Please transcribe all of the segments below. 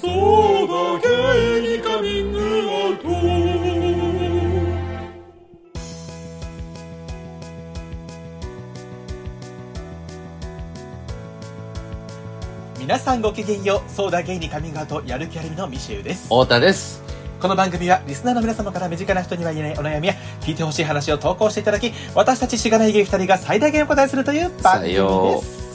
そうだゲイにカミングアウト。皆さんごきげんよう。そうだゲイにカミングアウト、やる気ありみのミシェウです。 太田です。 この番組はリスナーの皆様から身近な人には言えないお悩みや聞いてほしい話を投稿していただき、私たちしがないゲイ2人が最大限お答えするという番組です。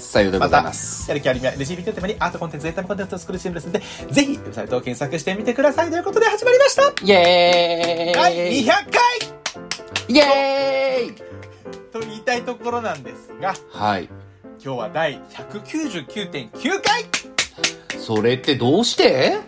さようでございます。 またやる気ありみは LGBT をテーマにアートコンテンツ、エンタメコンテンツを作るチームですので、ぜひウェブサイトを検索してみてくださいということで始まりました。 イエーイ第200回イエーイと言いたいところなんですが、 はい、 今日は第 199.9 回。 それってどうして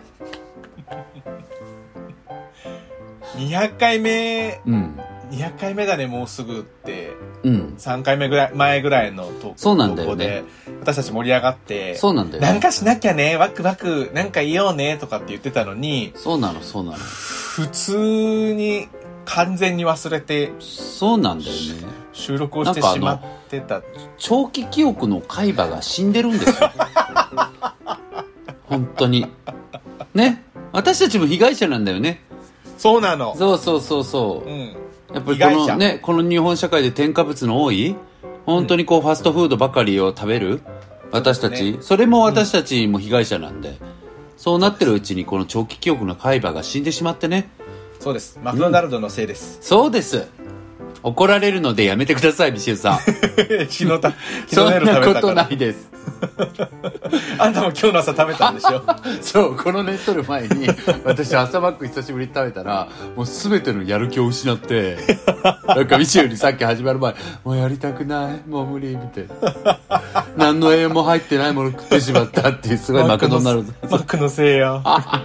200回目、200回目だね、もうすぐって、3回目ぐらい前ぐらいの投稿で私たち盛り上がって、 そうなんだよね、 なんかしなきゃね、ワクワクなんか言おうねとかって言ってたのに、 そうなの普通に完全に忘れて、 そうなんだよね、 収録をしてしまってた。 長期記憶の海馬が死んでるんですよ本当にね、私たちも被害者なんだよね。 そうなの。 そう、やっぱりこのね、この日本社会で添加物の多い、本当にこうファストフードばかりを食べる私たち、それも私たちも被害者なんで、そうなってるうちにこの長期記憶の海馬が死んでしまってね。 そうです。マクドナルドのせいです。 そうです。怒られるのでやめてください、ミシェルさんそんなことないですあんたも今日の朝食べたんでしょそう、このネットの前に私朝マック久しぶりに食べたら、もう全てのやる気を失ってなんかミシェルにさっき始まる前、もうやりたくない、もう無理みたいな何の栄養も入ってないもの食ってしまったっていう、すごいマクドナルドマックのせいや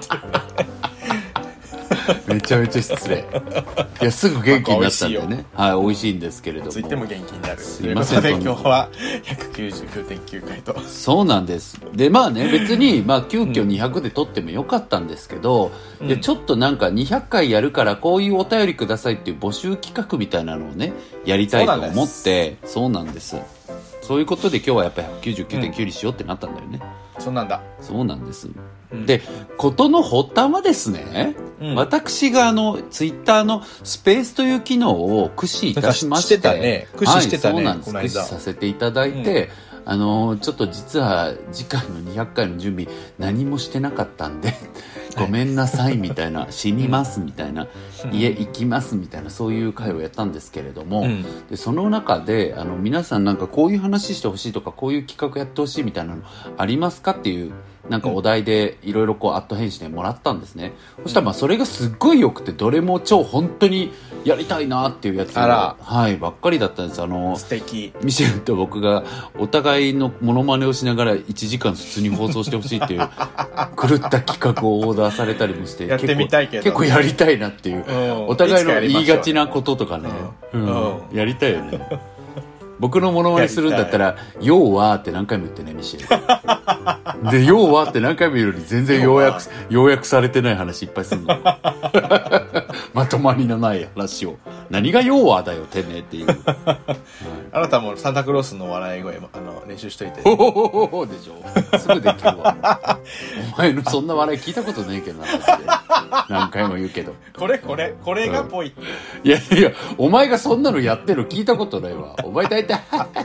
めちゃめちゃ失礼。いや、すぐ元気になったんでね。はい、美味しいんですけれども。 ついても元気になる。 すいません。 ということで今日は 199.9 回と。 そうなんです。で、まあね、別に、まあ急遽200で撮ってもよかったんですけど、で、ちょっとなんか200回やるからこういうお便りくださいっていう募集企画みたいなのをね、やりたいと思って、そうなんです。そういうことで今日はやっぱり 199.9 にしようってなったんだよね。 そうなんだ。 そうなんです。で、ことの発端はですね、私がツイッターのスペースという機能を駆使いたしまして、 駆使してたね、 そうなんです。駆使させていただいて、ちょっと実は次回の200回の準備何もしてなかったんでごめんなさいみたいな、死にますみたいな、家行きますみたいな、そういう会をやったんですけれども、でその中で皆さんなんかこういう話してほしいとか、こういう企画やってほしいみたいなのありますかっていうなんかお題でいろいろこうアット返信でもらったんですね。そしたらまあそれがすっごい良くて、どれも超本当にやりたいなっていうやつが、はい、ばっかりだったんです。 素敵。 ミシェルと僕がお互いのモノマネをしながら1時間普通に放送してほしいっていう狂った企画をオーダーされたりもしてやってみたいけど結構やりたいなっていう、お互いの言いがちなこととかね、やりたいよね。僕のモノマネするんだったら「要は」って何回も言ってね、ミシェルで「要は」って何回も言うより全然要約されてない話いっぱいするのまとまりのない話を、何が要はだよてめえっていう、 あなたもサンタクロースの笑い声も練習しといて、 ほほほほでしょ、すぐできるわお前のそんな笑い聞いたことねえけどな、何回も言うけど、これがポイ、 いやお前がそんなのやってる聞いたことないわ。お前大体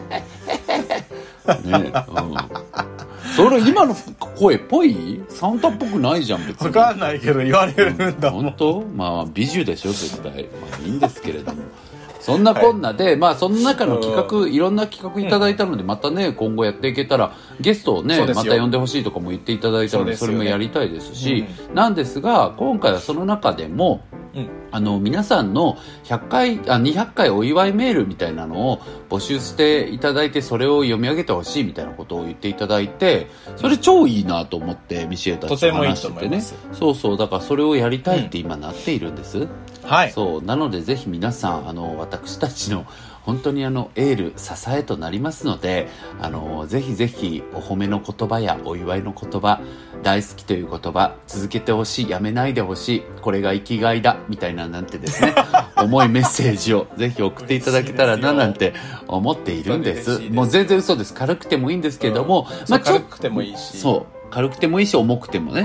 ね、それ今の声ぽい？サンタっぽくないじゃん別に。 分かんないけど言われるんだもん。 本当？まあ美女でしょ絶対。まあいいんですけれども。そんなこんなで、まあその中の企画、いろんな企画いただいたので、またね今後やっていけたら、ゲストをねまた呼んでほしいとかも言っていただいたので、それもやりたいですし、なんですが今回はその中でも皆さんの200回お祝いメールみたいなのを募集していただいて、それを読み上げてほしいみたいなことを言っていただいて、それ超いいなと思ってミシェルたちと話しててね、そうだからそれをやりたいって今なっているんです、はい。そうなのでぜひ皆さん私たちの本当にエール支えとなりますので、ぜひぜひお褒めの言葉やお祝いの言葉、大好きという言葉、続けてほしい、やめないでほしい、これが生きがいだみたいななんてですね重いメッセージをぜひ送っていただけたらななんて思っているんです。もう全然嘘です。軽くてもいいんですけれども、 まあ軽くてもいいし、 そう軽くてもいいし重くてもね、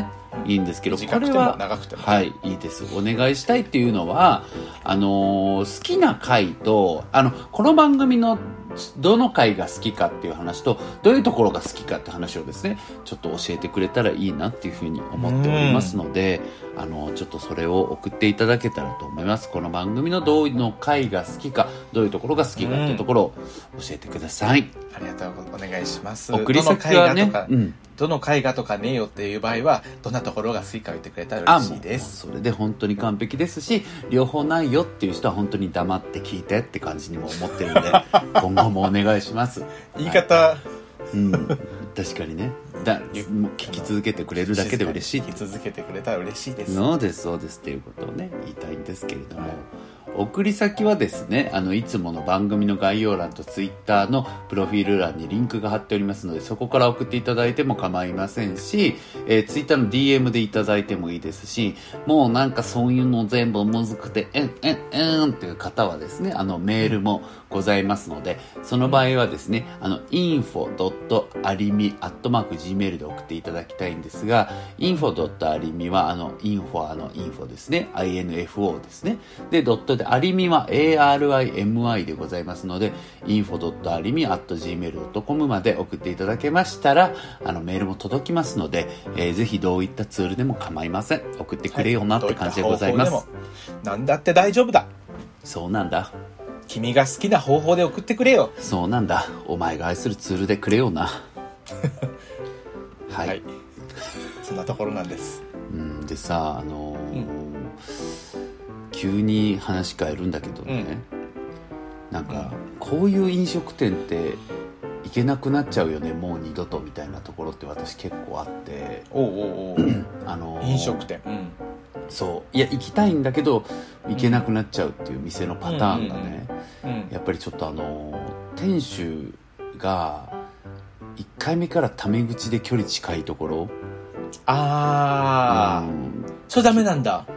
いいんですけど、 短くても長くても、 はいいいです。お願いしたいっていうのは好きな回とこの番組のどの回が好きかっていう話とどういうところが好きかって話をですねちょっと教えてくれたらいいなっていうふうに思っておりますので、ちょっとそれを送っていただけたらと思います。この番組のどういうの回が好きかどういうところが好きかっていうところを教えてください。 ありがとうお願いします。 送り先はねどの回がとかねえよっていう場合はどんなところが好きか言ってくれたら嬉しいです。 それで本当に完璧ですし、両方ないよっていう人は本当に黙って聞いてって感じにも思ってるんで今後もお願いします。 言い方、はい、 確かにね聞き続けてくれるだけで嬉しい。 聞き続けてくれたら嬉しいです。 そうですそうですっていうことをね言いたいんですけれども、送り先はですねいつもの番組の概要欄とツイッターのプロフィール欄にリンクが貼っておりますのでそこから送っていただいても構いませんし、ツイッターの DM でいただいてもいいですし、もうなんかそういうの全部むずくてっていう方はですねメールもございますので、その場合はですねinfo.arimi@gmail で送っていただきたいんですが、info.arimi はインフォですね info ですねでドットでアリミは ARIMI でございますので info.arimi@gmail.com まで送っていただけましたらメールも届きますので、ぜひどういったツールでも構いません。送ってくれよなって感じでございます。 なんだって大丈夫だ。 そうなんだ。 君が好きな方法で送ってくれよ。 そうなんだ。お前が愛するツールでくれよなはい、 そんなところなんです。 でさ急に話変えるんだけどね、なんかこういう飲食店って行けなくなっちゃうよねもう二度とみたいなところって私結構あって飲食店、 そういや行きたいんだけど行けなくなっちゃうっていう店のパターンがね、やっぱりちょっと店主が1回目からタメ口で距離近いところそれダメなんだ。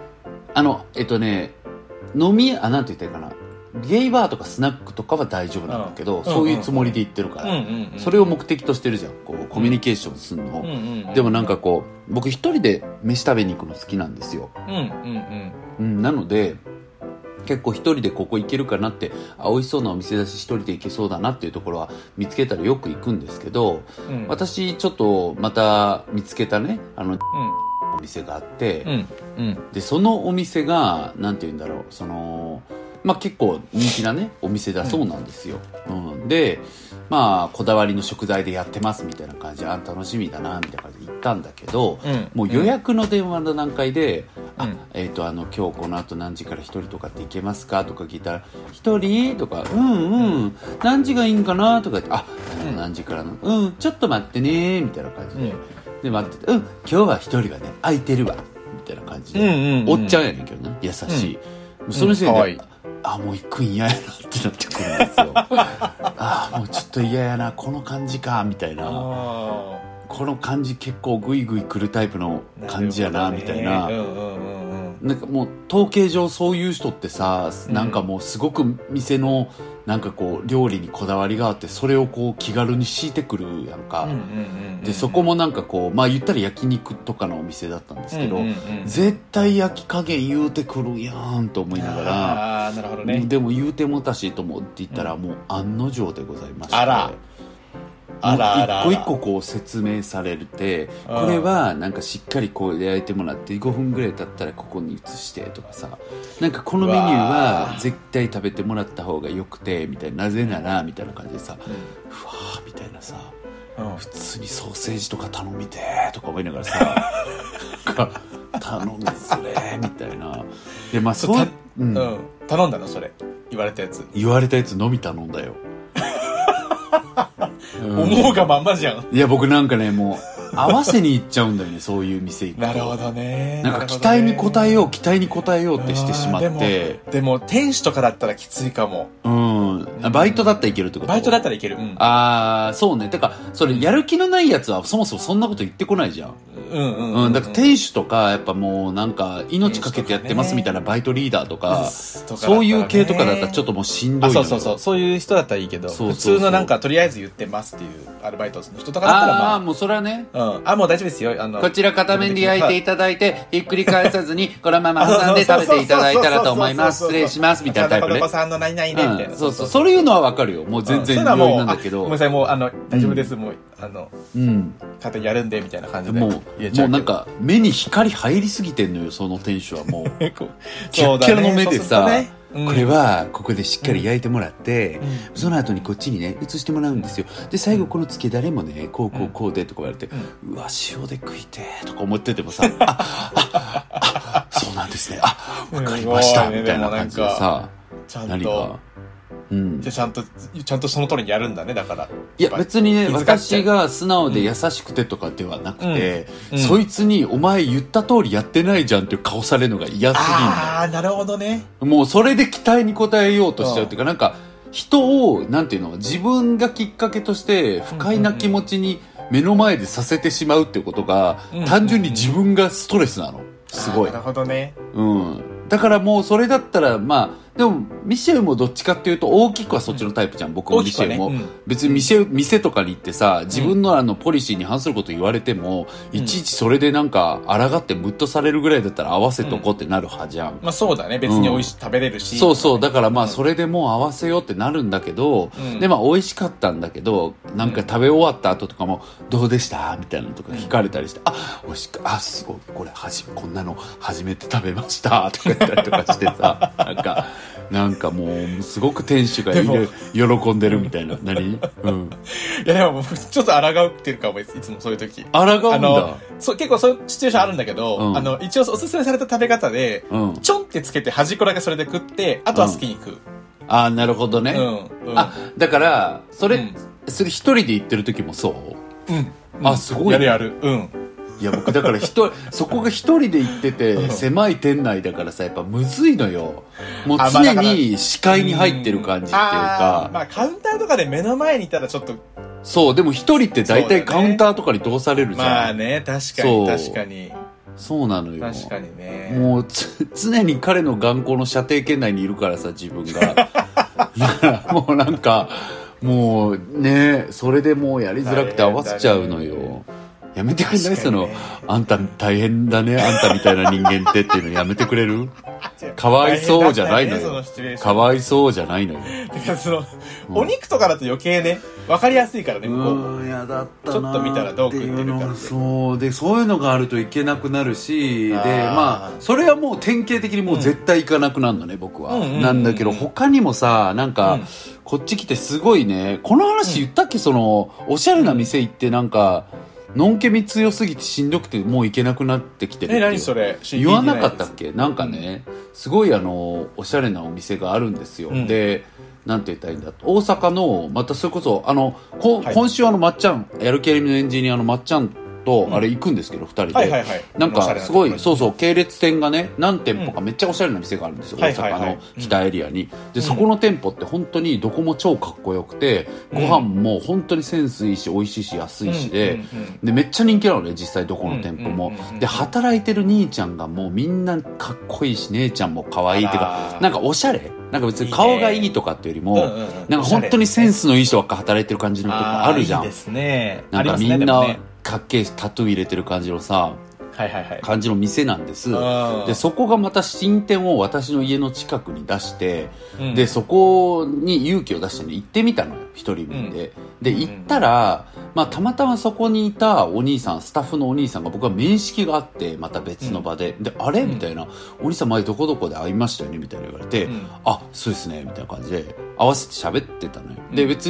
飲みなんて言ったらいいかな、ゲイバーとかスナックとかは大丈夫なんだけど、そういうつもりで行ってるから、それを目的としてるじゃん、こうコミュニケーションするの、でもなんかこう僕一人で飯食べに行くの好きなんですよ、なので結構一人でここ行けるかなって美味しそうなお店だし一人で行けそうだなっていうところは見つけたらよく行くんですけど、私ちょっとまた見つけたねお店があって、でそのお店がなんて言うんだろう、結構人気なねお店だそうなんですよ、でこだわりの食材でやってますみたいな感じで楽しみだなみたいな感じで行ったんだけど、もう予約の電話の段階で今日この後何時から1人とかって行けますかとか聞いたら1人とか何時がいいんかなとか言って何時からのちょっと待ってねみたいな感じで、で待ってて今日は1人はね空いてるわみたいな感じで、おっちゃんやねんけどね優しい、その時点でもう行くん嫌やなってなってくるんですよもうちょっと嫌やなこの感じかみたいな、この感じ結構グイグイ来るタイプの感じやなみたいな、なんかもう統計上そういう人ってさ、なんかもうすごく店のなんかこう料理にこだわりがあってそれをこう気軽に敷いてくるやんか、でそこもなんかこう言ったら焼肉とかのお店だったんですけど、絶対焼き加減言うてくるやんと思いながら、 なるほどね、 でも言うてもたしと思って言ったらもう案の定でございまして、一個一個こう説明されて、これはなんかしっかりこう焼いてもらって5分ぐらい経ったらここに移してとかさ、なんかこのメニューは絶対食べてもらった方がよくてみたいな、なぜならみたいな感じでさ、ふわーみたいなさ、普通にソーセージとか頼みてとか思いながらさ頼むそれみたいなで頼んだのそれ言われたやつのみ頼んだよ思うがまんまじゃん。 いや僕なんかねもう合わせに行っちゃうんだよねそういう店行くと。 なるほどね。 なんか期待に応えようってしてしまって、 でも店主とかだったらきついかも。 バイトだったらいけるってこと？ バイトだったらいける。 そうね。だから、それやる気のないやつはそもそもそんなこと言ってこないじゃん。だから店主とか、やっぱもうなんか、命かけてやってますみたいなバイトリーダーとか、そういう系とかだったらちょっともうしんどい。 そういう人だったらいいけど、普通のなんか、とりあえず言ってますっていうアルバイトの人とかだったらもうそれはね。 もう大丈夫ですよ。 こちら片面で焼いていただいて、ひっくり返さずに、このまま挟んで食べていただいたらと思います。失礼します。みたいなタイプね。 子さんの何々ね、みたいな。 そういうのはわかるよ。もう全然余裕なんだけど。 ごめんなさい、もう大丈夫です。もう、勝手にやるんで、みたいな感じで。 もうなんか、目に光入りすぎてんのよ、その店主はもう。キャッキャラの目でさ、これはここでしっかり焼いてもらって、その後にこっちにね移してもらうんですよ。で最後このつけだれもねこうでとか言われて、うわ塩で食いてとか思っててもさ、そうなんですね、わかりましたみたいな感じでさ、何かじゃちゃんとその通りにやるんだね。だからいや別にね、私が素直で優しくてとかではなくて、そいつにお前言った通りやってないじゃんっていう顔されるのが嫌すぎるんだ。 なるほどね。 もうそれで期待に応えようとしちゃうっていうか、なんか人をなんていうの、自分がきっかけとして不快な気持ちに目の前でさせてしまうっていうことが、単純に自分がストレスなの。すごい。 なるほどね。 だからもうそれだったらでもミシェルもどっちかっていうと大きくはそっちのタイプじゃん。僕もミシェルも、別に店とかに行ってさ、自分のポリシーに反すること言われても、いちいちそれでなんか抗ってムッとされるぐらいだったら合わせとこうってなる派じゃん。 そうだね。別に美味しい食べれるし。 そうだからそれでもう合わせようってなるんだけど、で美味しかったんだけど、なんか食べ終わった後とかもどうでしたみたいなのとか聞かれたりして、美味しく、すごいこれこんなの初めて食べましたとか言ったりとかしてさ、なんかもうすごく店主が喜んでるみたいな。何？いやでもちょっと抗ってるかも、いつもそういう時。 抗うんだ。 結構そういうシチュエーションあるんだけど、一応おすすめされた食べ方で、ちょんってつけて端っこだけそれで食って、あとは好きに食う。 なるほどね。だからそれ一人で行ってる時もそう？すごい。 やる。 いや僕だからそこが一人で行ってて狭い店内だからさ、やっぱむずいのよ。もう常に視界に入ってる感じっていうか、 カウンターとかで目の前にいたらちょっと、 そうでも一人って大体カウンターとかに通されるじゃん。 確かにそうなのよ。 確かにね。 もう常に彼の眼光の射程圏内にいるからさ、自分がだからもうなんかもうね、それでもうやりづらくて合わせちゃうのよ。やめてくれない？そのあんた大変だね、あんたみたいな人間っていうのやめてくれる？かわいそうじゃないのよ。かわいそうじゃないのよ。 だからお肉とかだと余計ね、分かりやすいからね、 やだったな。 ちょっと見たらどう食ってるかって。 そういうのがあるといけなくなるし、でそれはもう典型的にもう絶対行かなくなるのね、僕は。なんだけど他にもさ、なんかこっち来てすごいね、この話言ったっけ？おしゃれな店行ってなんかのんけみ強すぎてしんどくてもう行けなくなってきてるっていう。 何それ？ 言わなかったっけ？なんかね、すごいおしゃれなお店があるんですよ。でなんて言ったらいいんだ、大阪のまたそれこそ今週まっちゃんやる気ありみのエンジニアのまっちゃんとあれ行くんですけど、2人でなんかすごい系列店がね何店舗かめっちゃおしゃれな店があるんですよ、大阪の北エリアに。でそこの店舗って本当にどこも超かっこよくて、ご飯も本当にセンスいいし美味しいし安いしでめっちゃ人気なのね、実際どこの店舗も。で働いてる兄ちゃんがもうみんなかっこいいし、姉ちゃんも可愛いっていうか、なんかおしゃれ、なんか別に顔がいいとかっていうよりもなんか本当にセンスのいい人が働いてる感じのとこあるじゃん。なんかみんなかっけえタトゥー入れてる感じのさ、感じの店なんです。でそこがまた新店を私の家の近くに出して、でそこに勇気を出してね行ってみたのよ、一人分で。で行ったらたまたまそこにいたお兄さん、スタッフのお兄さんが僕は面識があって、また別の場で、であれみたいな、お兄さん前どこどこで会いましたよねみたいな言われて、そうですねみたいな感じで合わせて喋ってたのよ。で別に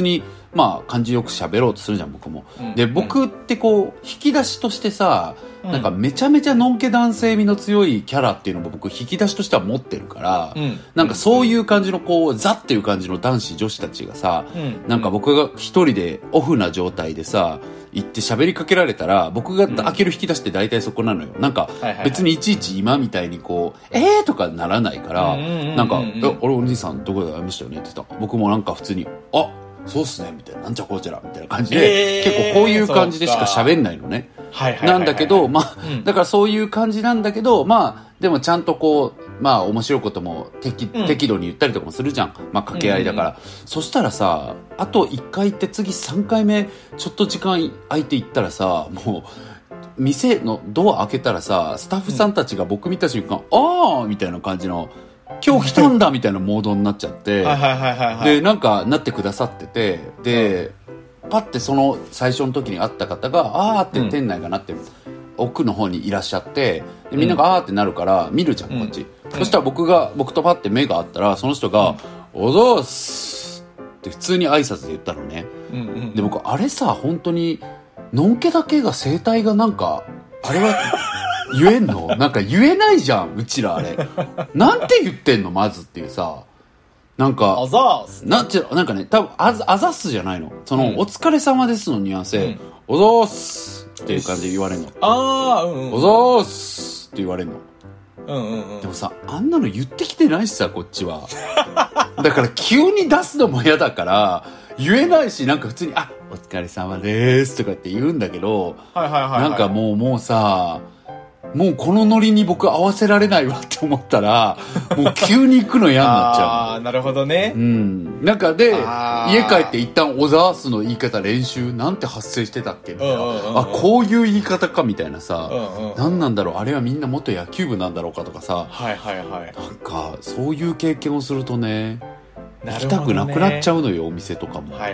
まあ感じよく喋ろうとするじゃん僕も、で僕ってこう引き出しとしてさ、なんかめちゃめちゃのんけ男性味の強いキャラっていうのも僕引き出しとしては持ってるから、なんかそういう感じのこうザっていう感じの男子女子たちがさ、なんか僕が一人でオフな状態でさ行って喋りかけられたら、僕が開ける引き出しって大体そこなのよ。なんか別にいちいち今みたいにこうとかならないから、なんか俺お兄さんどこで会いましたよねって言った。僕もなんか普通にそうっすねみたいな、なんちゃこうちゃらみたいな感じで、結構こういう感じでしか喋んないのね。なんだけど、まあ、だからそういう感じなんだけど、まあ、でもちゃんとこう、まあ面白いことも適度に言ったりとかもするじゃん。まあ掛け合いだから。そしたらさ、あと1回行って次3回目、ちょっと時間空いて行ったらさ、もう、店のドア開けたらさ、スタッフさんたちが僕見た瞬間、みたいな感じの、今日来たんだみたいなモードになっちゃって、で、なんかなってくださってて、で、パッてその最初の時に会った方が、って店内がなって、奥の方にいらっしゃって、でみんながってなるから見るじゃん、こっち。そしたら僕とパッて目が合ったら、その人が、おぞーすって普通に挨拶で言ったのね。で、僕、あれさ、本当に、のんけだけが声帯がなんか、あれは、言えんの？なんか言えないじゃん、うちらあれ。なんて言ってんのまずっていうさ。なんか、 あざーす。 なんかね、多分あざっすじゃないの。その、お疲れ様ですのニュアンスで、おざーすっていう感じで言われるの。おざーすって言われるの。でもさ、あんなの言ってきてないしさ、こっちは。だから急に出すのも嫌だから、言えないし、なんか普通に、お疲れ様でーすとかって言うんだけど、なんかもうさ、もうこのノリに僕合わせられないわって思ったら、もう急に行くの嫌になっちゃう。 なるほどね。 なんかで、家帰って一旦おざーすの言い方練習、なんて発声してたっけみたいな。こういう言い方かみたいなさ、何なんだろう、あれはみんな元野球部なんだろうかとかさ、なんかそういう経験をするとね、行きたくなくなっちゃうのよ、お店とかも。 な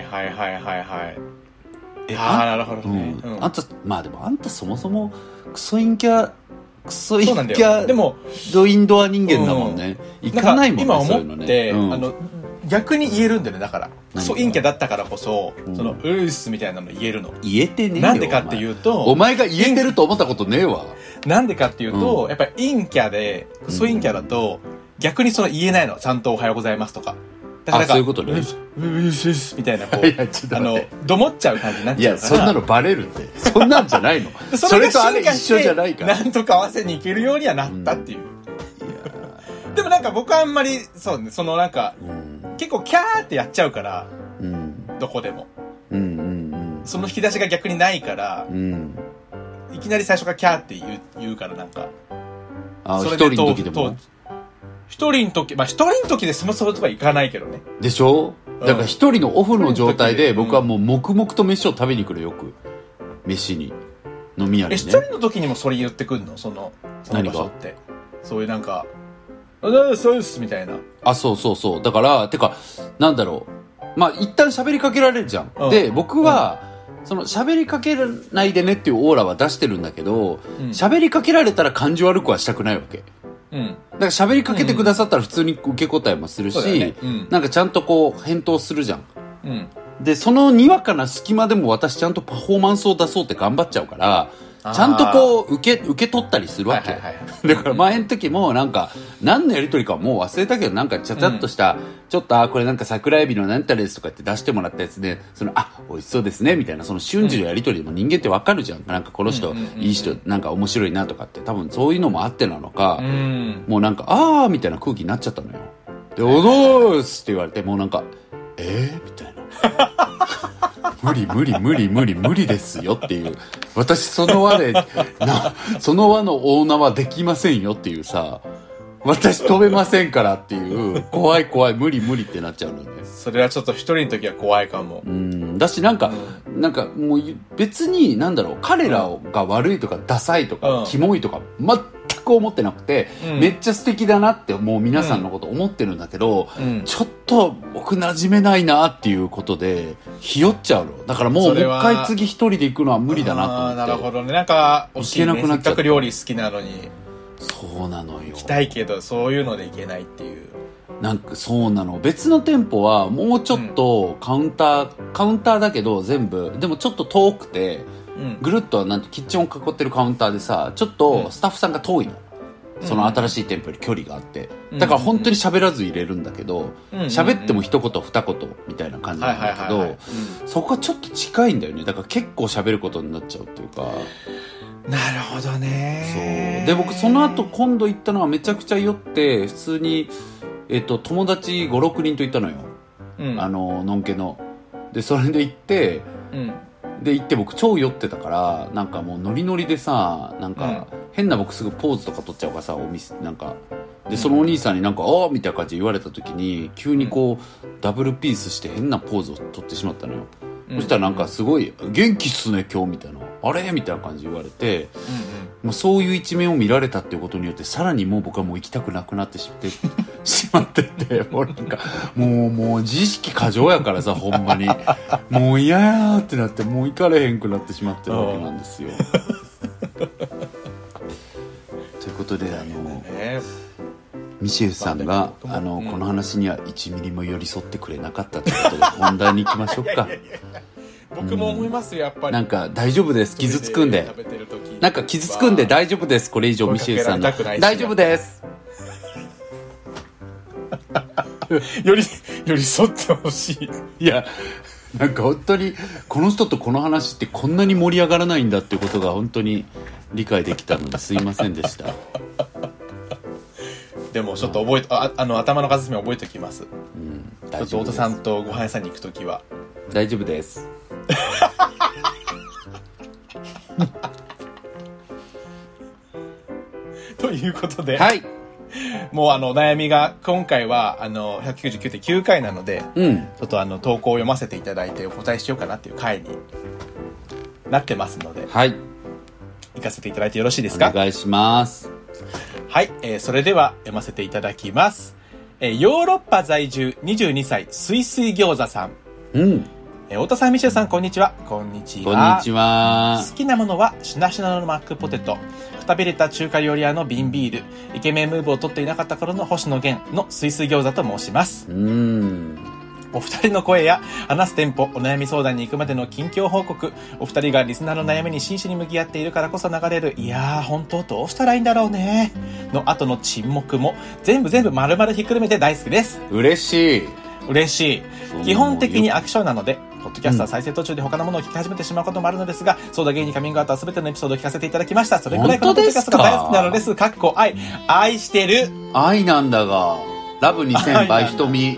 るほどね。 あんた、まあでもあんたそもそもクソ陰キャでもインドア人間だもんね。行かないもんね。 今思って、逆に言えるんだよね。だからクソ陰キャだったからこそ、そのウースみたいなの言えるの。 言えてねえよ。 なんでかっていうと、 お前が言えてると思ったことねえわ。 なんでかっていうと、やっぱり陰キャでクソ陰キャだと、逆にその言えないの。ちゃんとおはようございますとか。だからそういうことね。 みたいな、こう、どもっちゃう感じになっちゃうから。 いや、そんなのバレるって。そんなんじゃないの。それとあれ一緒じゃないから。 なんとか合わせにいけるようにはなったっていう。でもなんか僕はあんまり、そうね、そのなんか、結構キャーってやっちゃうから、どこでも。その引き出しが逆にないから、いきなり最初からキャーって言うからなんか。 一人の時でも一人の時でそもそもとか行かないけどね。 でしょ？だから一人のオフの状態で僕はもう黙々と飯を食べに来るよく。飯に。飲み屋にね。 一人の時にもそれ言ってくんの？その場所って。そういうなんか、そうですみたいな。 そう。だから、てか、なんだろう。まあ一旦喋りかけられるじゃん。で、僕は、その喋りかけないでねっていうオーラは出してるんだけど、喋りかけられたら感じ悪くはしたくないわけ。だから喋りかけてくださったら普通に受け答えもするし、なんかちゃんとこう返答するじゃん。で、そのにわかな隙間でも私ちゃんとパフォーマンスを出そうって頑張っちゃうから、ちゃんとこう受け取ったりするわけ。だから前の時もなんか何のやりとりかはもう忘れたけど、なんかちゃちゃっとした、ちょっとこれなんか桜エビのなんたらですとかって出してもらったやつで、その美味しそうですねみたいな、その瞬時のやりとりでも人間ってわかるじゃん。なんかこの人いい人、なんか面白いなとかって、多分そういうのもあってなのか、もうなんかみたいな空気になっちゃったのよ。で、おどーすって言われて、もうなんかみたいな。無理ですよっていう。私その輪の大縄できませんよっていうさ、私飛べませんからっていう、怖い無理ってなっちゃうのね。 それはちょっと一人の時は怖いかも。 だしなんかもう別になんだろう、彼らが悪いとかダサいとか、キモいとか全く思ってなくて、めっちゃ素敵だなってもう皆さんのこと思ってるんだけど、ちょっと僕馴染めないなっていうことでひよっちゃうの。だからもう一回次一人で行くのは無理だなと思って。 なるほどね。なんか惜しいね。せっかく料理好きなのに。 そうなのよ。 行きたいけどそういうので行けないっていう。 なんかそうなの。別の店舗はもうちょっとカウンターだけど全部、でもちょっと遠くて、ぐるっとなんてキッチンを囲ってるカウンターでさ、ちょっとスタッフさんが遠いの。その新しい店舗より距離があって。だから本当に喋らず入れるんだけど、喋っても一言二言みたいな感じなんだけど、そこはちょっと近いんだよね。だから結構喋ることになっちゃうっていうか。 なるほどね。 そう。で、僕その後今度行ったのはめちゃくちゃ酔って、普通に、友達5、6人と行ったのよ。のんけの。で、それで行って、で行って僕超酔ってたから、なんかもうノリノリでさ、なんか変な僕すぐポーズとか取っちゃうからさ、お店なんかで、そのお兄さんになんかああみたいな感じで言われた時に、急にこうダブルピースして変なポーズを取ってしまったのよ。そしたらなんかすごい元気っすね今日みたいな、あれみたいな感じで言われて、もうそういう一面を見られたっていうことによって、さらにもう僕はもう行きたくなくなってしまってて、もうなんかもう自意識過剰やからさ、ほんまにもう嫌やーってなって、もう行かれへんくなってしまってるわけなんですよ。ということでミシェルさんがこの話には1ミリも寄り添ってくれなかったということで本題に行きましょうか。 僕も思いますよ、やっぱり。 なんか大丈夫です、傷つくんで、なんか傷つくんで大丈夫です、これ以上ミシェルさんの大丈夫です寄り添ってほしい。 いや、なんか本当にこの人とこの話ってこんなに盛り上がらないんだっていうことが本当に理解できたのですいませんでした。 でもちょっと頭の片隅覚えておきます。ちょっと太田さんとご飯屋さんに行くときは大丈夫ですということで、 はい、 もう悩みが今回は199.9 回なので、ちょっと投稿を読ませていただいてお答えしようかなっていう回になってますので、 はい、 行かせていただいてよろしいですか。 お願いします。 はい、それでは読ませていただきます。ヨーロッパ在住22歳すいすい餃子さん。太田さん、ミシェルさん、こんにちは。こんにちは。 こんにちは。 好きなものはしなしなのマックポテト、くたびれた中華料理屋の瓶ビール、イケメンムーブを取っていなかった頃の星野源のすいすい餃子と申します。お二人の声や話すテンポ、お悩み相談に行くまでの近況報告、お二人がリスナーの悩みに真摯に向き合っているからこそ流れる、いやー本当どうしたらいいんだろうねの後の沈黙も全部丸々ひっくるめて大好きです。 嬉しい。 基本的に飽き性なので、ポッドキャストは再生途中で他のものを聞き始めてしまうこともあるのですが、ソーダゲイにカミングアウトは全てのエピソードを聞かせていただきました。それくらいこのポッドキャストが大好きなのです。かっこ愛してる。 愛なんだが、ラブ2000倍瞳。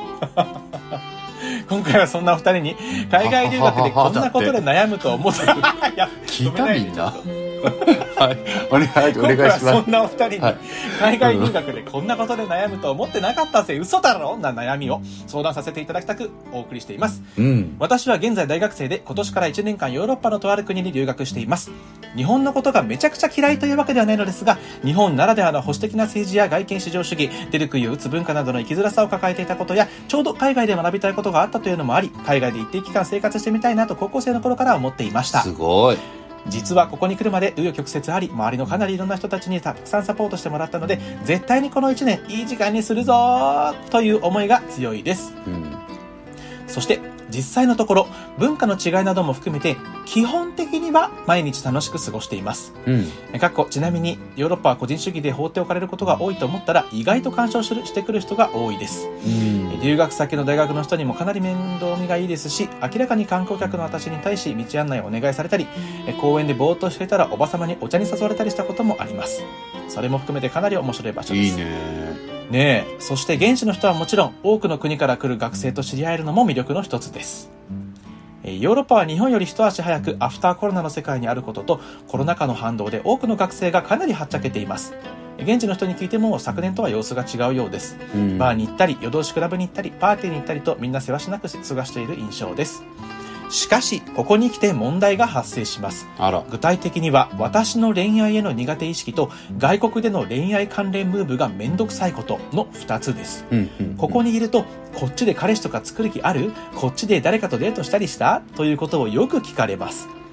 今回はそんなお二人に海外留学でこんなことで悩むと思って聞いたみんなはい、お願いします。 今回はそんなお二人に海外留学でこんなことで悩むと思ってなかったぜ、嘘だろな悩みを相談させていただきたくお送りしています。私は現在大学生で、今年から1年間ヨーロッパのとある国に留学しています。日本のことがめちゃくちゃ嫌いというわけではないのですが、日本ならではの保守的な政治や外見至上主義、出る杭を打つ文化などの生きづらさを抱えていたことや、ちょうど海外で学びたいことがあったというのもあり、海外で一定期間生活してみたいなと高校生の頃から思っていました。 すごい。 実はここに来るまで紆余曲折あり、周りのかなりいろんな人たちにたくさんサポートしてもらったので、絶対にこの1年いい時間にするぞという思いが強いです。そして実際のところ、文化の違いなども含めて基本的には毎日楽しく過ごしています。ちなみにヨーロッパは個人主義で放っておかれることが多いと思ったら、意外と干渉してくる人が多いです。留学先の大学の人にもかなり面倒見がいいですし、明らかに観光客の私に対し道案内をお願いされたり、公園でぼーっとしていたらおばさまにお茶に誘われたりしたこともあります。それも含めてかなり面白い場所です。 いいねえ。そして現地の人はもちろん、多くの国から来る学生と知り合えるのも魅力の一つです。ヨーロッパは日本より一足早くアフターコロナの世界にあることと、コロナ禍の反動で多くの学生がかなりはっちゃけています。現地の人に聞いても昨年とは様子が違うようです。バーに行ったり、夜通しクラブに行ったり、パーティーに行ったりと、みんなせわしなく過ごしている印象です。しかし、ここに来て問題が発生します。具体的には、私の恋愛への苦手意識と、外国での恋愛関連ムーブがめんどくさいことの2つです。ここにいると、こっちで彼氏とか作る気ある？こっちで誰かとデートしたりした？ということをよく聞かれます。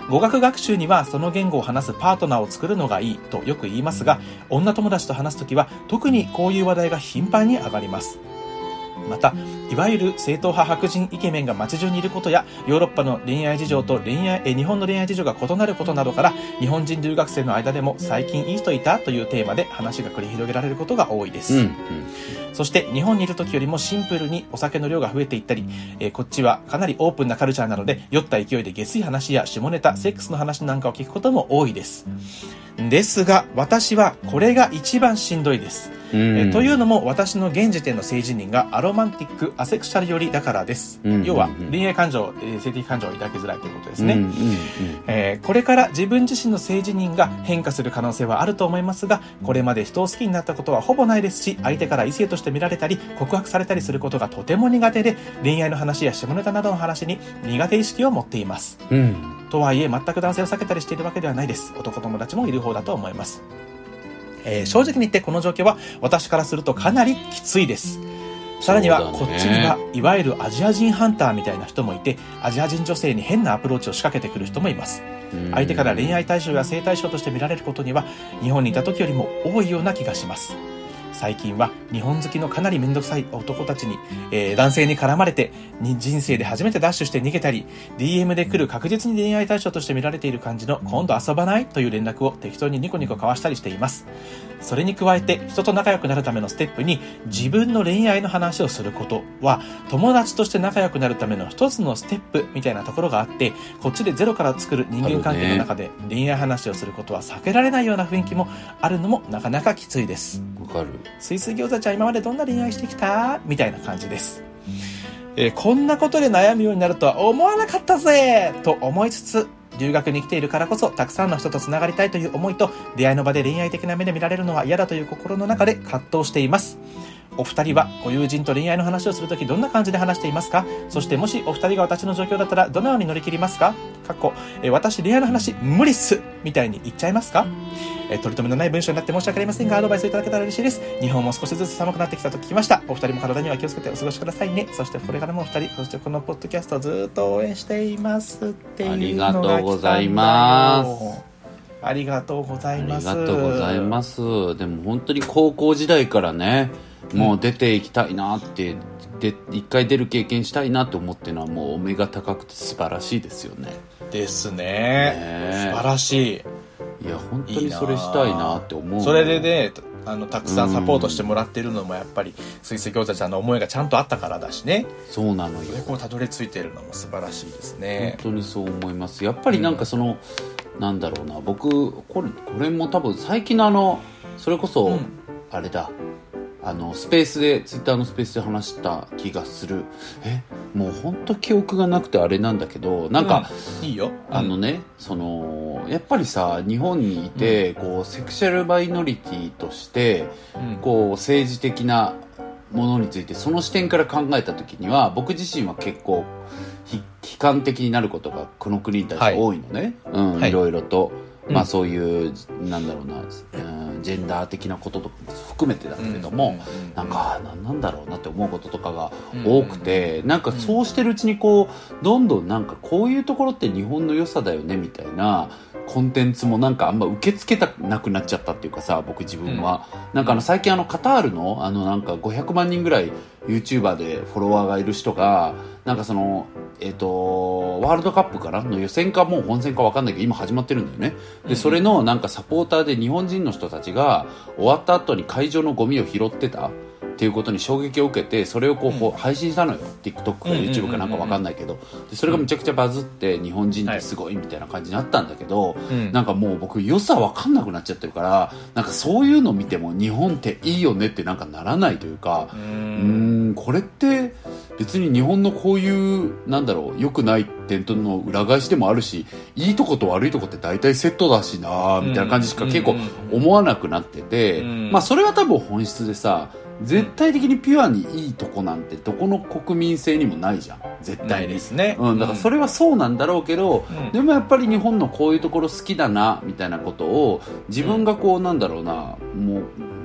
語学学習にはその言語を話すパートナーを作るのがいいとよく言いますが、女友達と話すときは特にこういう話題が頻繁に上がります。また、いわゆる正統派白人イケメンが街中にいることや、ヨーロッパの恋愛事情と日本の恋愛事情が異なることなどから、日本人留学生の間でも最近いい人いたというテーマで話が繰り広げられることが多いです。そして日本にいる時よりもシンプルにお酒の量が増えていったり、こっちはかなりオープンなカルチャーなので、酔った勢いで下水話や下ネタ、セックスの話なんかを聞くことも多いです。ですが、私はこれが一番しんどいです。というのも、私の現時点の性自認がアロマンティック、アセクシャル寄りだからです。要は、恋愛感情、性的感情を抱きづらいということですね。これから自分自身の性自認が変化する可能性はあると思いますが、これまで人を好きになったことはほぼないですし、相手から異性として見られたり、告白されたりすることがとても苦手で、恋愛の話や下ネタなどの話に苦手意識を持っています。とはいえ、全く男性を避けたりしているわけではないです。男友達もいる方だと思います。正直に言ってこの状況は私からするとかなりきついです。さらにはこっちにはいわゆるアジア人ハンターみたいな人もいて、アジア人女性に変なアプローチを仕掛けてくる人もいます。相手から恋愛対象や性対象として見られることには日本にいた時よりも多いような気がします。最近は日本好きのかなりめんどくさい男たちに、男性に絡まれて人生で初めてダッシュして逃げたり、 DM で来る確実に恋愛対象として見られている感じの今度遊ばないという連絡を適当にニコニコ交わしたりしています。それに加えて人と仲良くなるためのステップに自分の恋愛の話をすることは友達として仲良くなるための一つのステップみたいなところがあって、こっちでゼロから作る人間関係の中で恋愛話をすることは避けられないような雰囲気もあるのもなかなかきついです。 わかる。 スイス餃子ちゃん今までどんな恋愛してきたみたいな感じです。こんなことで悩むようになるとは思わなかったぜと思いつつ、留学に来ているからこそたくさんの人とつながりたいという思いと、出会いの場で恋愛的な目で見られるのは嫌だという心の中で葛藤しています。お二人はご友人と恋愛の話をするときどんな感じで話していますか？そしてもしお二人が私の状況だったらどのように乗り切りますか？私恋愛の話無理っすみたいに言っちゃいますか？取り留めのない文章になって申し訳ありませんが、アドバイスいただけたら嬉しいです。日本も少しずつ寒くなってきたと聞きました。お二人も体には気をつけてお過ごしくださいね。そしてこれからもお二人、そしてこのポッドキャストをずっと応援していますっていうのが来たんだよ。 ありがとうございます。 ありがとうございます。 ありがとうございます。でも本当に高校時代からね、もう出ていきたいなって、で一回出る経験したいなって思ってるのはもうお目が高くて素晴らしいですよね。 ですね。素晴らしい。 いや本当にそれしたいなって思う。 それでね、たくさんサポートしてもらってるのもやっぱりスイス餃子ちゃんの思いがちゃんとあったからだしね。 そうなのよ。 こうたどり着いてるのも素晴らしいですね。 本当にそう思います。やっぱりなんかその、なんだろうな、僕これも多分最近のそれこそ、あれだ、スペースでツイッターのスペースで話した気がする。もう本当記憶がなくてあれなんだけど、なんか、 いいよ。 やっぱりさ、日本にいて、こうセクシャルマイノリティとして、こう政治的なものについてその視点から考えた時には、僕自身は結構悲観的になることがこの国に対して多いのね。いろいろと。まあそういうなんだろうな、ジェンダー的なこととかも含めてだけれども、なんかなんだろうなって思うこととかが多くて、なんかそうしてるうちにこうどんどんなんかこういうところって日本の良さだよねみたいなコンテンツもなんかあんま受け付けたなくなっちゃったっていうかさ、僕自分は、なんか最近カタールのなんか500万人ぐらい YouTuber でフォロワーがいる人がなんかそのワールドカップからの予選かもう本戦か分かんないけど今始まってるんだよね。でそれのなんかサポーターで日本人の人たちが終わった後に会場のゴミを拾ってたっていうことに衝撃を受けて、それをこう配信したのよ。 TikTok か YouTube かなんか分かんないけど、でそれがむちゃくちゃバズって日本人ってすごいみたいな感じになったんだけど、なんかもう僕良さ分かんなくなっちゃってるから、なんかそういうの見ても日本っていいよねってなんかならないというか、これって別に日本のこういうなんだろう良くない点との裏返しでもあるし、いいとこと悪いとこって大体セットだしなみたいな感じしか結構思わなくなってて、まあそれは多分本質でさ、絶対的にピュアにいいとこなんてどこの国民性にもないじゃん、絶対にですね。 だからそれはそうなんだろうけど、でもやっぱり日本のこういうところ好きだなみたいなことを自分がこうなんだろうな、もう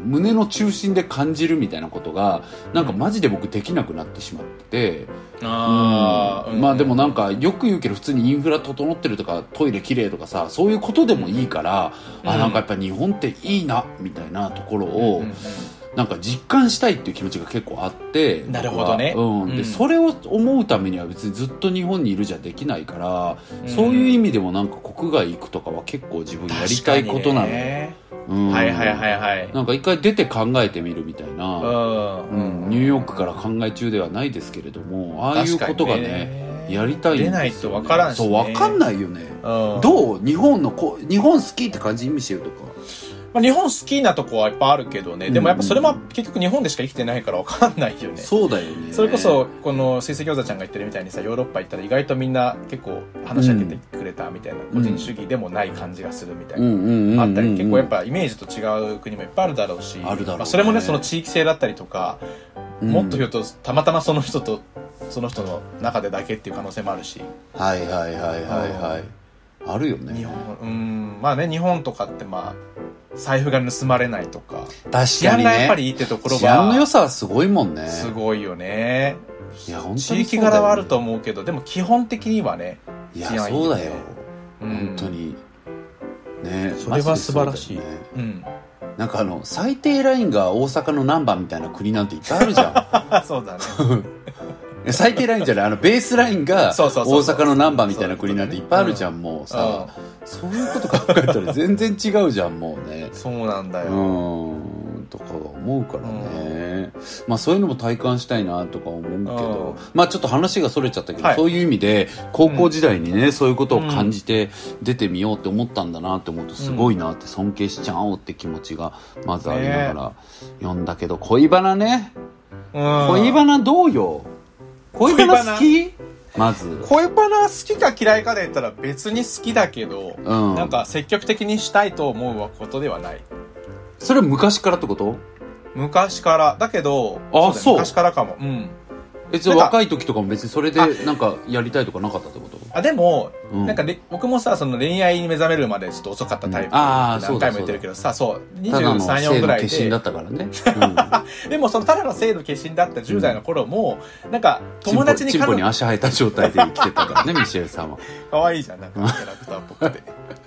胸の中心で感じるみたいなことがなんかマジで僕できなくなってしまってて、まあでもなんかよく言うけど普通にインフラ整ってるとかトイレ綺麗とかさ、そういうことでもいいから、なんかやっぱ日本っていいなみたいなところを、なんか実感したいっていう気持ちが結構あって。 なるほどね。 でそれを思うためには別にずっと日本にいるじゃできないから、そういう意味でもなんか国外行くとかは結構自分やりたいことなのよ。はいはいはいはい。なんか一回出て考えてみるみたいな、ニューヨークから考え中ではないですけれども、ああいうことがねやりたいんですよね。 出ないと分からんしね。 そう分かんないよね。どう日本好きって感じ見せるとか。 まあ、日本好きなとこはいっぱいあるけどね、でもやっぱそれも結局日本でしか生きてないから分かんないよね。 そうだよね。 それこそこの水星餃子ちゃんが言ってるみたいにさ、ヨーロッパ行ったら意外とみんな結構話しかけてくれたみたいな、個人主義でもない感じがするみたいなあったり、結構やっぱイメージと違う国もいっぱいあるだろうし、まあ、それもねその地域性だったりとか、もっと言うとたまたまその人とその人の中でだけっていう可能性もあるし。 はいはいはいはいはい、あるよね。 日本、まあね、日本とかってまあ財布が盗まれないとか、 確かにね、 治安がやっぱりいいってところが、 治安の良さはすごいもんね。 すごいよね。 いや本当に地域柄はあると思うけど、でも基本的にはね、 いやそうだよ、本当にね。 それは素晴らしい。 なんか最低ラインが大阪の難波みたいな国なんていっぱいあるじゃん。 そうだね。 最低ラインじゃない、ベースラインが大阪の難波みたいな国なんていっぱいあるじゃん。もうさ、そういうこと考えたら全然違うじゃんもうね。 そうなんだよ。とか思うからね。まあそういうのも体感したいなとか思うけど、まあちょっと話がそれちゃったけど、そういう意味で高校時代にね、そういうことを感じて出てみようって思ったんだなって思うと、すごいなって尊敬しちゃおうって気持ちがまずありながら読んだけど、恋バナね。恋バナどうよ。恋バナ好き？まず恋バナ好きか嫌いかで言ったら別に好きだけど、なんか積極的にしたいと思うことではない。 それは昔からってこと？ 昔からだけど、 そう昔からかも。 若い時とかも別にそれでなんかやりたいとかなかったってこと？ でも、なんか僕もさ、その恋愛に目覚めるまでちょっと遅かったタイプ、何回も言ってるけどさ、そう23、4ぐらいで、 ただの性の化身だったからね。 でもそのただの性の化身だった10代の頃も、なんか友達にチンポに足生えた状態で生きてたからね。ミシェルさんは可愛いじゃん、なんかキャラクターっぽくて。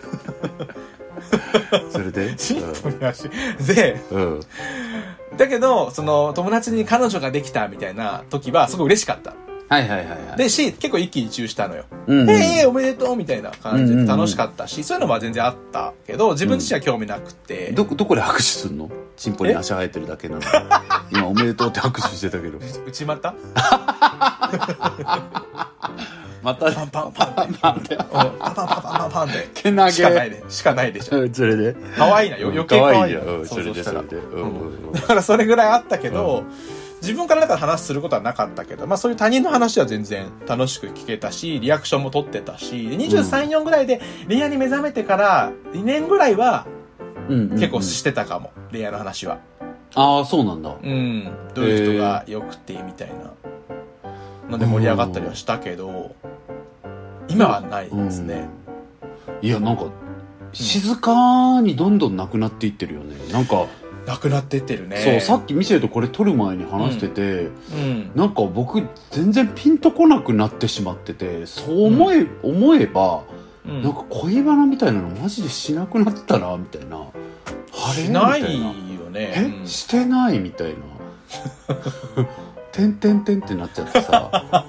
それでチンポに足で、だけどその友達に彼女ができたみたいな時はすごい嬉しかった。で結構一喜一憂したのよ。おめでとうみたいな感じで楽しかったし、そういうのは全然あったけど、自分自身は興味なくて。 どこで拍手するの？チンポに足生えてるだけなの。今おめでとうって拍手してたけど。 内股？ またパンパンパンってパンパンパンパンでけなげしかないでしょ。 それで可愛いな、余計可愛いよ。 それでだからそれぐらいあったけど、自分からなんか話することはなかったけど、まあそういう他人の話は全然楽しく聞けたし、リアクションも取ってたし、23、4ぐらいで恋愛に目覚めてから2年ぐらいは結構してたかも、恋愛の話は。 ああ、そうなんだ。 どういう人が良くてみたいなので盛り上がったりはしたけど、今はないですね。 いや、なんか静かにどんどんなくなっていってるよね。なんかなくなってってるね。 そう、さっきミシェルとこれ撮る前に話してて、なんか僕全然ピンとこなくなってしまってて、そう思えば、なんか恋バナみたいなのマジでしなくなったなみたいな。 しないよね。 してないみたいな。てんてんてんってなっちゃってさ。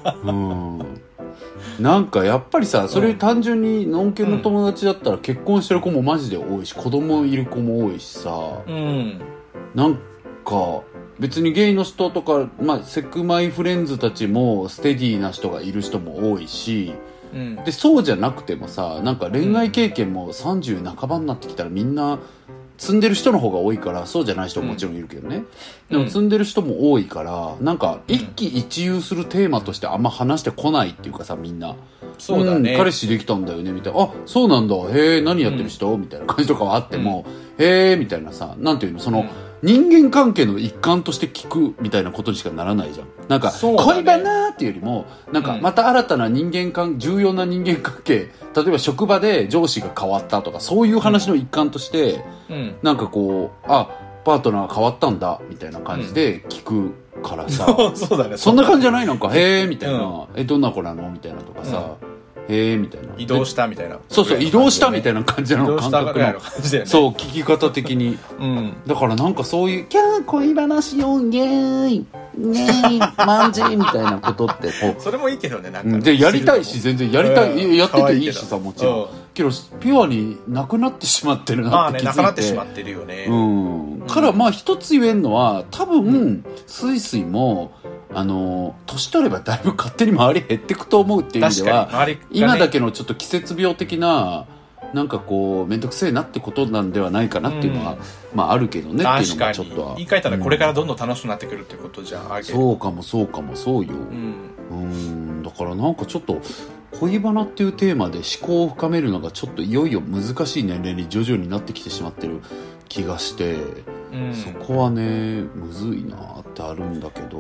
なんかやっぱりさ、それ単純にノンケの友達だったら結婚してる子もマジで多いし、子供いる子も多いしさ、なんか別にゲイの人とか、まあ、セクマイフレンズたちもステディな人がいる人も多いし、でそうじゃなくてもさ、なんか恋愛経験も30半ばになってきたらみんな積んでる人の方が多いから、そうじゃない人ももちろんいるけどね、でも積んでる人も多いから、なんか一喜一憂するテーマとしてあんま話してこないっていうかさ、みんなそうだね、 彼氏できたんだよねみたいな、あ、そうなんだ、へえ、何やってる人、みたいな感じとかはあっても、へえみたいなさ、なんていうの、その、人間関係の一環として聞くみたいなことにしかならないじゃん。なんか、恋バナっていうよりも、なんかまた新たな重要な人間関係、例えば職場で上司が変わったとか、そういう話の一環として、なんかこう、 パートナー変わったんだみたいな感じで聞くからさ、 そうだね、 そんな感じじゃない？なんかへーみたいな、どんな子なのみたいなとかさ、へーみたいな、 移動したみたいな、 そうそう、移動したみたいな感じの感覚の、そう、聞き方的に、だからなんかそういうキャー恋話よイエーイねえマンジーみたいなことってこうそれもいいけどね、なんかでやりたいし、全然やりたい、やってていいしさ、もちろんけどピュアになくなってしまってるなって気づいて、 なくなってしまってるよね。 からまあ一つ言えんのは、多分スイスイも年取ればだいぶ勝手に周り減っていくと思うっていう意味では、今だけのちょっと季節病的ななんかこう面倒くせえなってことなんではないかなっていうのは、まああるけどねっていうのがちょっとは言い換えたらこれからどんどん楽しくなってくるってことじゃん、 そうかもそうよ、だからなんかちょっと恋バナっていうテーマで思考を深めるのがちょっといよいよ難しい年齢に徐々になってきてしまってる気がして、そこはねむずいなってあるんだけど、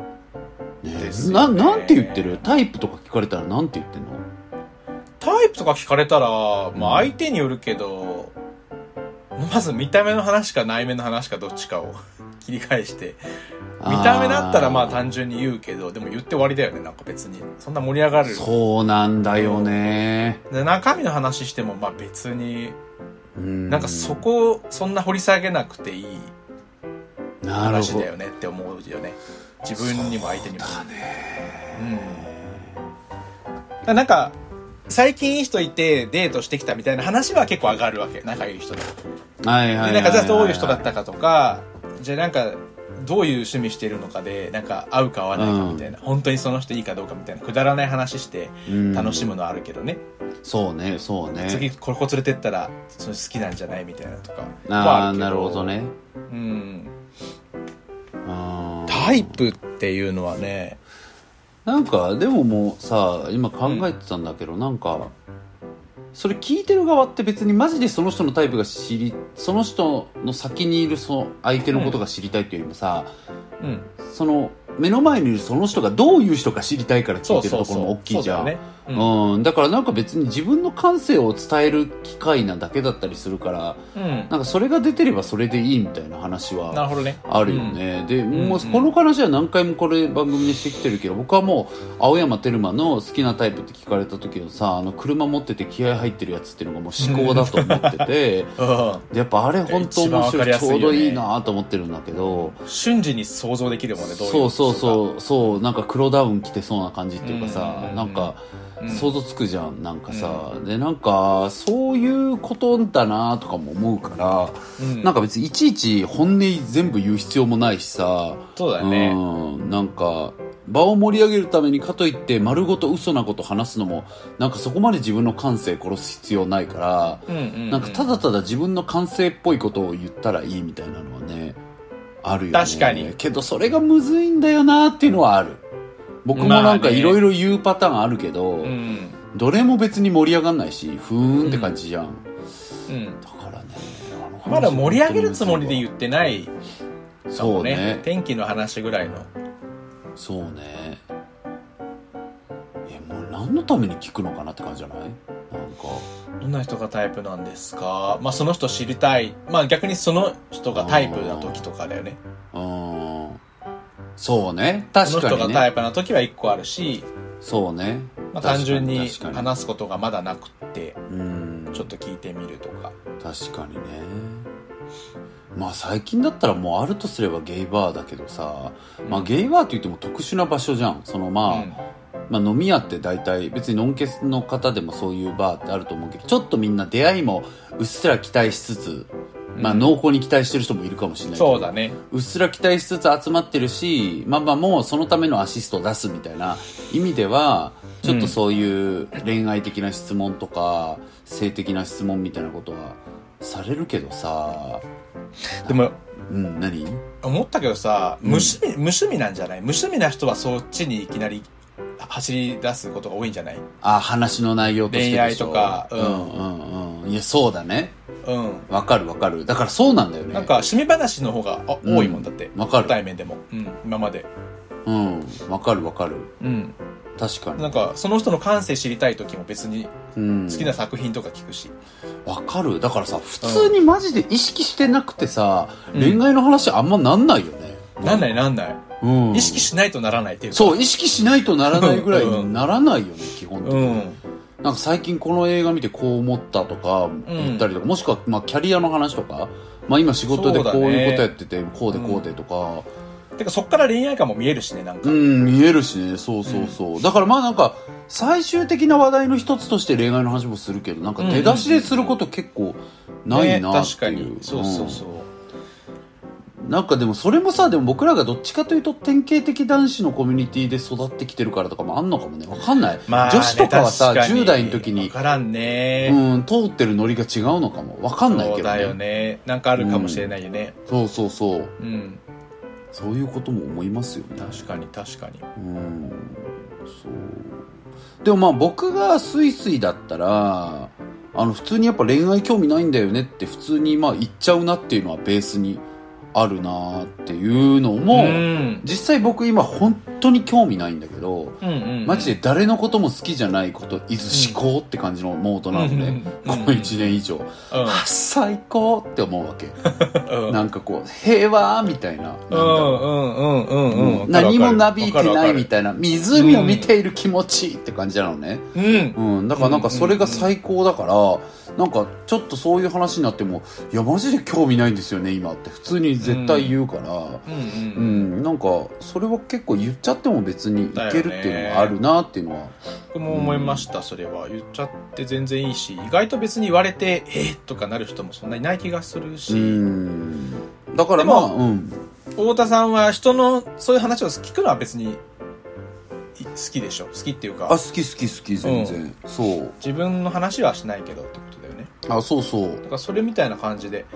なんて言ってる？タイプとか聞かれたらなんて言ってんの？ タイプとか聞かれたら、まあ相手によるけど、まず見た目の話か内面の話かどっちかを切り返して、見た目だったらまあ単純に言うけど、でも言って終わりだよね、なんか別に。そんな盛り上がる。 そうなんだよね。 で中身の話してもまあ別に、なんかそんな掘り下げなくていい話だよねって思うよね。自分にも相手にも。そうだね。なんか、最近いい人いてデートしてきたみたいな話は結構上がるわけ、仲いい人で。で、なんかじゃあどういう人だったかとか、じゃあなんかどういう趣味してるのかで、なんか合うか合わないかみたいな、本当にその人いいかどうかみたいなくだらない話して楽しむのあるけどね。 そうね。 次ここ連れてったらその好きなんじゃないみたいなとか。 なるほどね。 タイプっていうのはね、 なんかでももうさ、今考えてたんだけど、なんかそれ聞いてる側って別にマジでその人のタイプがその人の先にいるその相手のことが知りたいっていうよりもさ、その目の前にいるその人がどういう人か知りたいから聞いてるところも大きいじゃん。だからなんか別に自分の感性を伝える機会なだけだったりするから、なんかそれが出てればそれでいいみたいな話はあるよね。で、もうこの話は何回もこれ番組にしてきてるけど、僕はもう青山テルマの好きなタイプって聞かれた時のさ、車持ってて気合入ってるやつっていうのがもう思考だと思ってて、でやっぱあれ本当面白い、ちょうどいいなと思ってるんだけど、 瞬時に想像できるもんね。どういうそうなんか黒ダウン着てそうな感じっていうかさ、なんか想像つくじゃん、なんかさ、でなんかそういうことだなとかも思うから、なんか別にいちいち本音全部言う必要もないしさ、 そうだよね。 なんか場を盛り上げるためにかといって丸ごと嘘なこと話すのもなんかそこまで自分の感性殺す必要ないから、なんかただただ自分の感性っぽいことを言ったらいいみたいなのはねあるよね。 確かに。 けどそれがむずいんだよなっていうのはある。僕もなんかいろいろ言うパターンあるけど、どれも別に盛り上がんないし、ふーんって感じじゃん。だからね、 まだ盛り上げるつもりで言ってないかもね。 そうね。 天気の話ぐらいの。 そうね。もう何のために聞くのかなって感じじゃない？なんかどんな人がタイプなんですか？まあその人知りたい。まあ逆にその人がタイプな時とかだよね。 そうね。確かにね。 その人がタイプな時は一個あるし、 そうね。 まあ単純に話すことがまだなくって、ちょっと聞いてみるとか。 確かにね。まあ最近だったらもうあるとすればゲイバーだけどさ、まあゲイバーって言っても特殊な場所じゃん。そのまあ飲み屋って大体別にノンケの方でもそういうバーってあると思うけど、ちょっとみんな出会いもうっすら期待しつつ、まあ濃厚に期待してる人もいるかもしれないけど、 そうだね。 うっすら期待しつつ集まってるし、ママもそのためのアシストを出すみたいな意味では、ちょっとそういう恋愛的な質問とか、性的な質問みたいなことはされるけどさ、 でも、 何？ 思ったけどさ、無趣味なんじゃない？無趣味な人はそっちにいきなり走り出すことが多いんじゃない？ 話の内容としてでしょ。 恋愛とか、 いや、そうだね。わかる。だからそうなんだよね。 なんか趣味話の方が多いもんだって。 わかる。 対面でも。今まで。 わかる。 確かに。 なんかその人の感性知りたい時も別に好きな作品とか聞くし。 わかる。だからさ、普通にマジで意識してなくてさ、恋愛の話あんまなんないよね。 なんない。意識しないとならないっていうか。 そう、意識しないとならないぐらいにならないよね、基本的に。なんか最近この映画見てこう思ったとか言ったりとか、もしくはまあキャリアの話とか、まあ今仕事でこういうことやってて、こうでとか。 てかそっから恋愛感も見えるしね、なんか。 見えるしね、そう。だからまあなんか、最終的な話題の一つとして恋愛の話もするけど、なんか出だしですること結構ないなっていう。 確かに。そう。 なんかでもそれもさ、でも僕らがどっちかというと典型的男子のコミュニティで育ってきてるからとかもあんのかもね。わかんない。まあね、女子とかはさ、10代の時に。 わからんね。 通ってるノリが違うのかも。わかんないけどね。 そうだよね。なんかあるかもしれないよね。 そう。そういうことも思いますよね。 確かに。 そう。でもまあ僕がスイスイだったら、普通にやっぱ恋愛興味ないんだよねって普通にまあ言っちゃうなっていうのはベースにあるなっていうのも、実際僕今本当に興味ないんだけど、マジで誰のことも好きじゃないこといず思考って感じのモードなので、この1年以上、最高って思うわけ。なんかこう平和みたいな、何もなびいてないみたいな、湖を見ている気持ちって感じなのね。だからなんかそれが最高だから、なんかちょっとそういう話になっても、いやマジで興味ないんですよね今って普通に絶対言うから、なんかそれは結構言っちゃっても別にいけるっていうのがあるなっていうのは、 僕も思いました。それは言っちゃって全然いいし、意外と別に言われてとかなる人もそんなにいない気がするし、 だからまあ太田さんは人のそういう話を聞くのは別に好きでしょ。好きっていうか、 好き全然、そう自分の話はしないけどってことだよね。 そうだからそれみたいな感じで、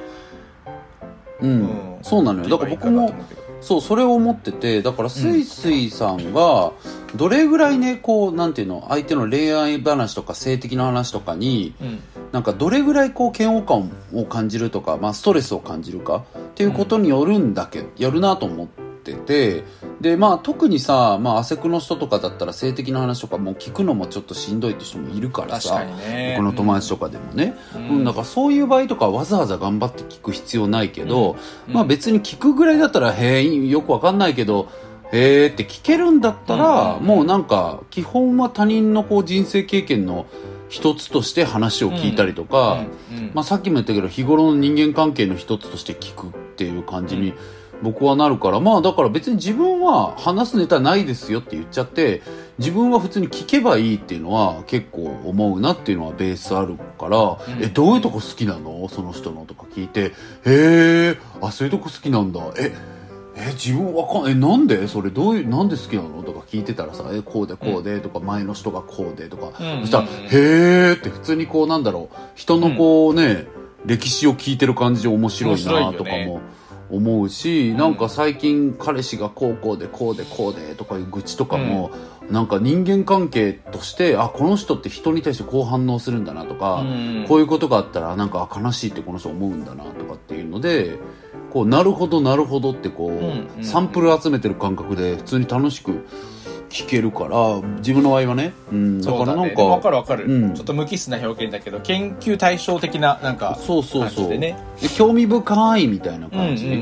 そうなのよ。だから僕もそれを思ってて、だからスイスイさんがどれぐらいね、こうなんていうの、相手の恋愛話とか性的な話とかに、なんかどれぐらいこう嫌悪感を感じるとか、まあストレスを感じるかっていうことによるなと思ってて、でまあ特にさ、まあアセクの人とかだったら性的な話とかもう聞くのもちょっとしんどいって人もいるからさ、僕の友達とかでもね、だからそういう場合とかわざわざ頑張って聞く必要ないけど、まあ別に聞くぐらいだったらよくわかんないけどって聞けるんだったら、もうなんか基本は他人のこう人生経験の一つとして話を聞いたりとか、まあさっきも言ったけど日頃の人間関係の一つとして聞くっていう感じに僕はなるから、まあだから別に自分は話すネタないですよって言っちゃって、自分は普通に聞けばいいっていうのは結構思うなっていうのはベースあるから、どういうとこ好きなのその人のとか聞いて、そういうとこ好きなんだ、自分わかんない、なんでそれなんで好きなのとか聞いてたらさ、こうでとか、前の人がこうでとか、そしたらって普通にこうなんだろう、人のこうね、歴史を聞いてる感じで面白いなとかも思うし、なんか最近彼氏がこうでとかいう愚痴とかも、なんか人間関係として、この人って人に対してこう反応するんだなとか、こういうことがあったらなんか悲しいってこの人思うんだなとかっていうので、こうなるほどってこう、サンプル集めてる感覚で普通に楽しく聞けるから、自分の場合はね、だからなんかわかる、ちょっと無機質な表現だけど研究対象的ななんか感じでね、 興味深いみたいな感じ。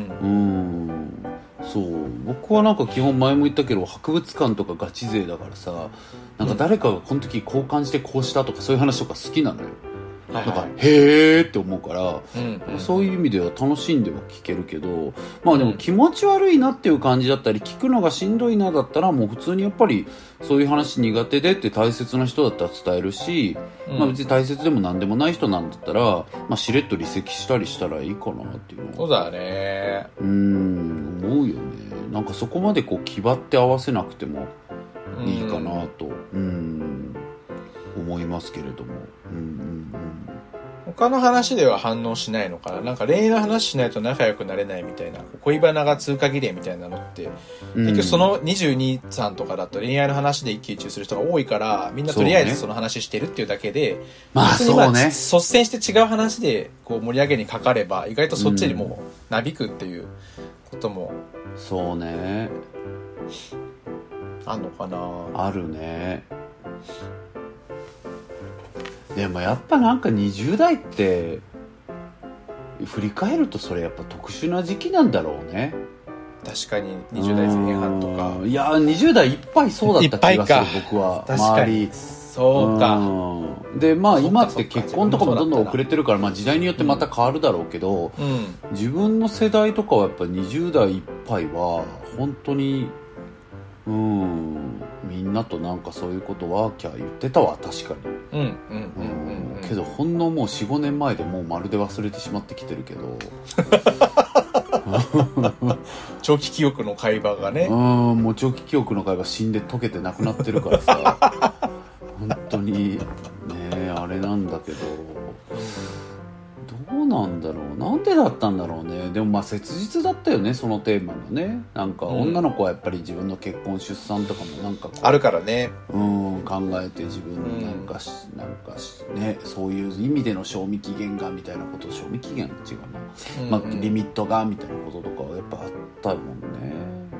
そう僕はなんか基本前も言ったけど博物館とかガチ勢だからさ、なんか誰かがこの時こう感じてこうしたとかそういう話とか好きなのよ。なんかへーって思うから、そういう意味では楽しんでは聞けるけど、まあでも気持ち悪いなっていう感じだったり、聞くのがしんどいなだったら、もう普通にやっぱりそういう話苦手でって大切な人だったら伝えるし、まあ別に大切でも何でもない人なんだったら、まあしれっと離席したりしたらいいかなっていうのは。 そうだね。 思うよね。なんかそこまでこう気張って合わせなくてもいいかなと、思いますけれども。 他の話では反応しないのかな。なんか恋愛の話しないと仲良くなれないみたいな、恋バナが通過儀礼みたいなのって、結局その22、3とかだと恋愛の話で一喜一憂する人が多いから、みんなとりあえずその話してるっていうだけで、 まあそうね、 率先して違う話でこう盛り上げにかかれば、意外とそっちにもなびくっていうことも。 そうね。 あんのかな。 あるね。でもやっぱなんか20代って振り返るとそれやっぱ特殊な時期なんだろうね。 確かに20代前半とか。 いや20代いっぱいそうだった気がする僕は。周りそうか。 でまあ今って結婚とかもどんどん遅れてるから、まあ、時代によってまた変わるだろうけど、自分の世代とかはやっぱ20代いっぱいは本当にみんなとなんかそういうことワーキャー言ってたわ確かに。けどほんのもう 4,5 年前でもうまるで忘れてしまってきてるけど長期記憶の会話がね、 もう長期記憶の会話死んで溶けてなくなってるからさ本当にねあれなんだけど、どうなんだろう、なんでだったんだろうね。でもまあ切実だったよねそのテーマがね。なんか女の子はやっぱり自分の結婚出産とかもなんかこうあるからね、 考えて自分のなんかね、そういう意味での賞味期限がみたいなこと、賞味期限違うな、まあ、リミットがみたいなこととかはやっぱあったもんね。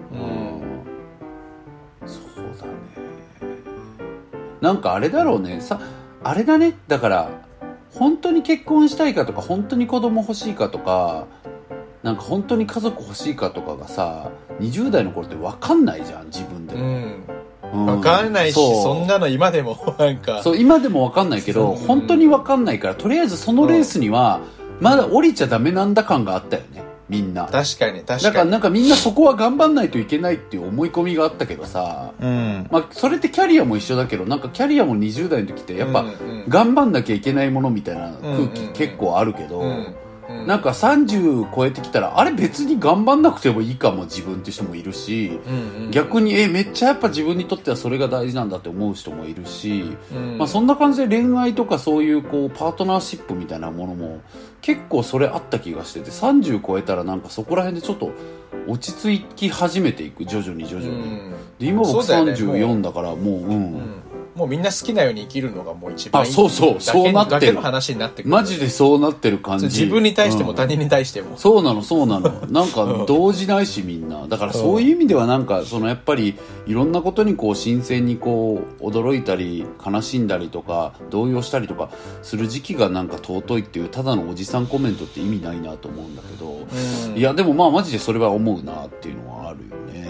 そうだね。なんかあれだろうね、あれだね、だから本当に結婚したいかとか本当に子供欲しいかとかなんか本当に家族欲しいかとかがさ20代の頃って分かんないじゃん自分でも、 分かんないし、そんなの今でもなんかそう今でも分かんないけど、本当に分かんないからとりあえずそのレースにはまだ降りちゃダメなんだ感があったよねみんな。 確かにだからなんかみんなそこは頑張んないといけないっていう思い込みがあったけどさ、まあ、それってキャリアも一緒だけどなんかキャリアも20代の時ってやっぱ頑張んなきゃいけないものみたいな空気結構あるけど、なんか30超えてきたらあれ別に頑張んなくてもいいかも自分って人もいるし、逆にめっちゃやっぱ自分にとってはそれが大事なんだって思う人もいるし、まあ、そんな感じで恋愛とかそういうこうパートナーシップみたいなものも結構それあった気がしてて、30超えたらなんかそこら辺でちょっと落ち着き始めていく徐々に、で今僕34だからもうもうみんな好きなように生きるのがもう一番いい。 そうなってる。 だけの話になってくる。 マジでそうなってる感じ。 自分に対しても他人に対しても。 そうなの。なんか動じないしみんな。だからそういう意味ではなんかそのやっぱりいろんなことにこう新鮮にこう驚いたり悲しんだりとか動揺したりとかする時期がなんか尊いっていうただのおじさんコメントって意味ないなと思うんだけど、いやでもまあマジでそれは思うなっていうのはあるよね。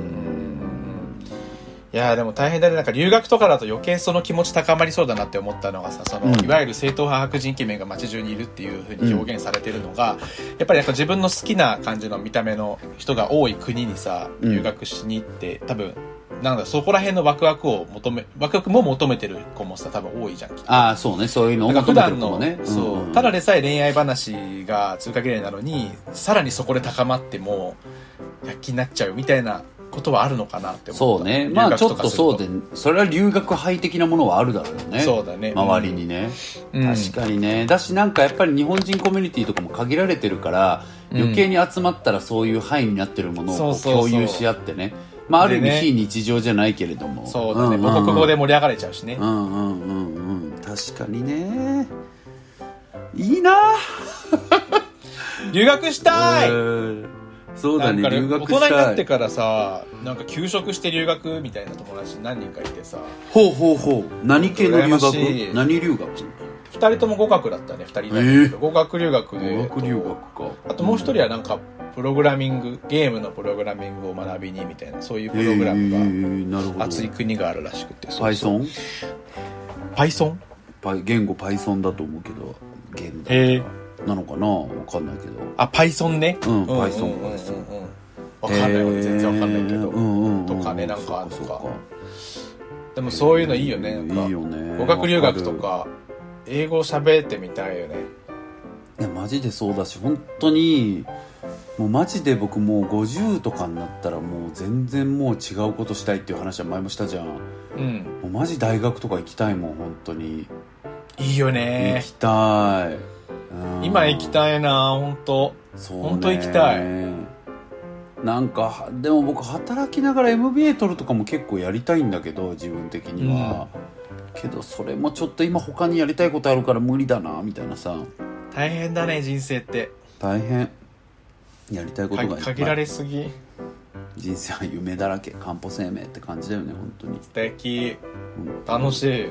いやでも大変だね。なんか留学とかだと余計その気持ち高まりそうだなって思ったのがさ、その、いわゆる正統派白人イケメンが街中にいるっていう風に表現されてるのが、やっぱりなんか自分の好きな感じの見た目の人が多い国にさ留学しに行って、多分なんだそこら辺のワクワクも求めてる子もさ多分多いじゃん。 そうね、そういうのを求めてる子もね。 ただでさえ恋愛話が通過儀礼なのにさらにそこで高まっても躍起になっちゃうみたいなことはあるのかなって思った。 そうね、まあちょっとそうで、それは留学派的なものはあるだろうね。 そうだね、 周りにね、確かにね。だしなんかやっぱり日本人コミュニティとかも限られてるから余計に集まったらそういう範囲になってるものを共有し合ってね、まあある意味非日常じゃないけれども、 そうだね、母国語で盛り上がれちゃうしね。 確かにね。いいな留学したい。 そうだね、留学したい。 大人になってからさ、なんか休職して留学みたいな友達何人かいてさ。 ほう。何系の留学？何留学 ？2人とも語学だったね。2人だけど、語学留学で。 語学留学か。 あともう一人はなんかプログラミング、ゲームのプログラミングを学びにみたいな、そういうプログラムが熱い国があるらしくて。 Python？ 言語 Python だと思うけど、ゲームだからなのかな、わかんないけど。 Python ね。 Python。 わかんない。全然わかんないけど。とかね、なんかとか。でもそういうのいいよね。なんかいいよね。 語学留学とか英語喋ってみたいよね。 いやマジでそうだし、本当にもうマジで僕もう50とかになったらもう全然もう違うことしたいっていう話は前もしたじゃん。もうマジ大学とか行きたいもん本当に。 いいよね。 行きたい。 今行きたいな本当。本当行きたい。 なんかでも僕働きながら MBA 取るとかも結構やりたいんだけど自分的には、けどそれもちょっと今他にやりたいことあるから無理だなみたいなさ。 大変だね人生って。 大変。やりたいことがいっぱい限られすぎ。 人生は夢だらけ、かんぽ生命って感じだよね、本当に。 素敵。楽しい。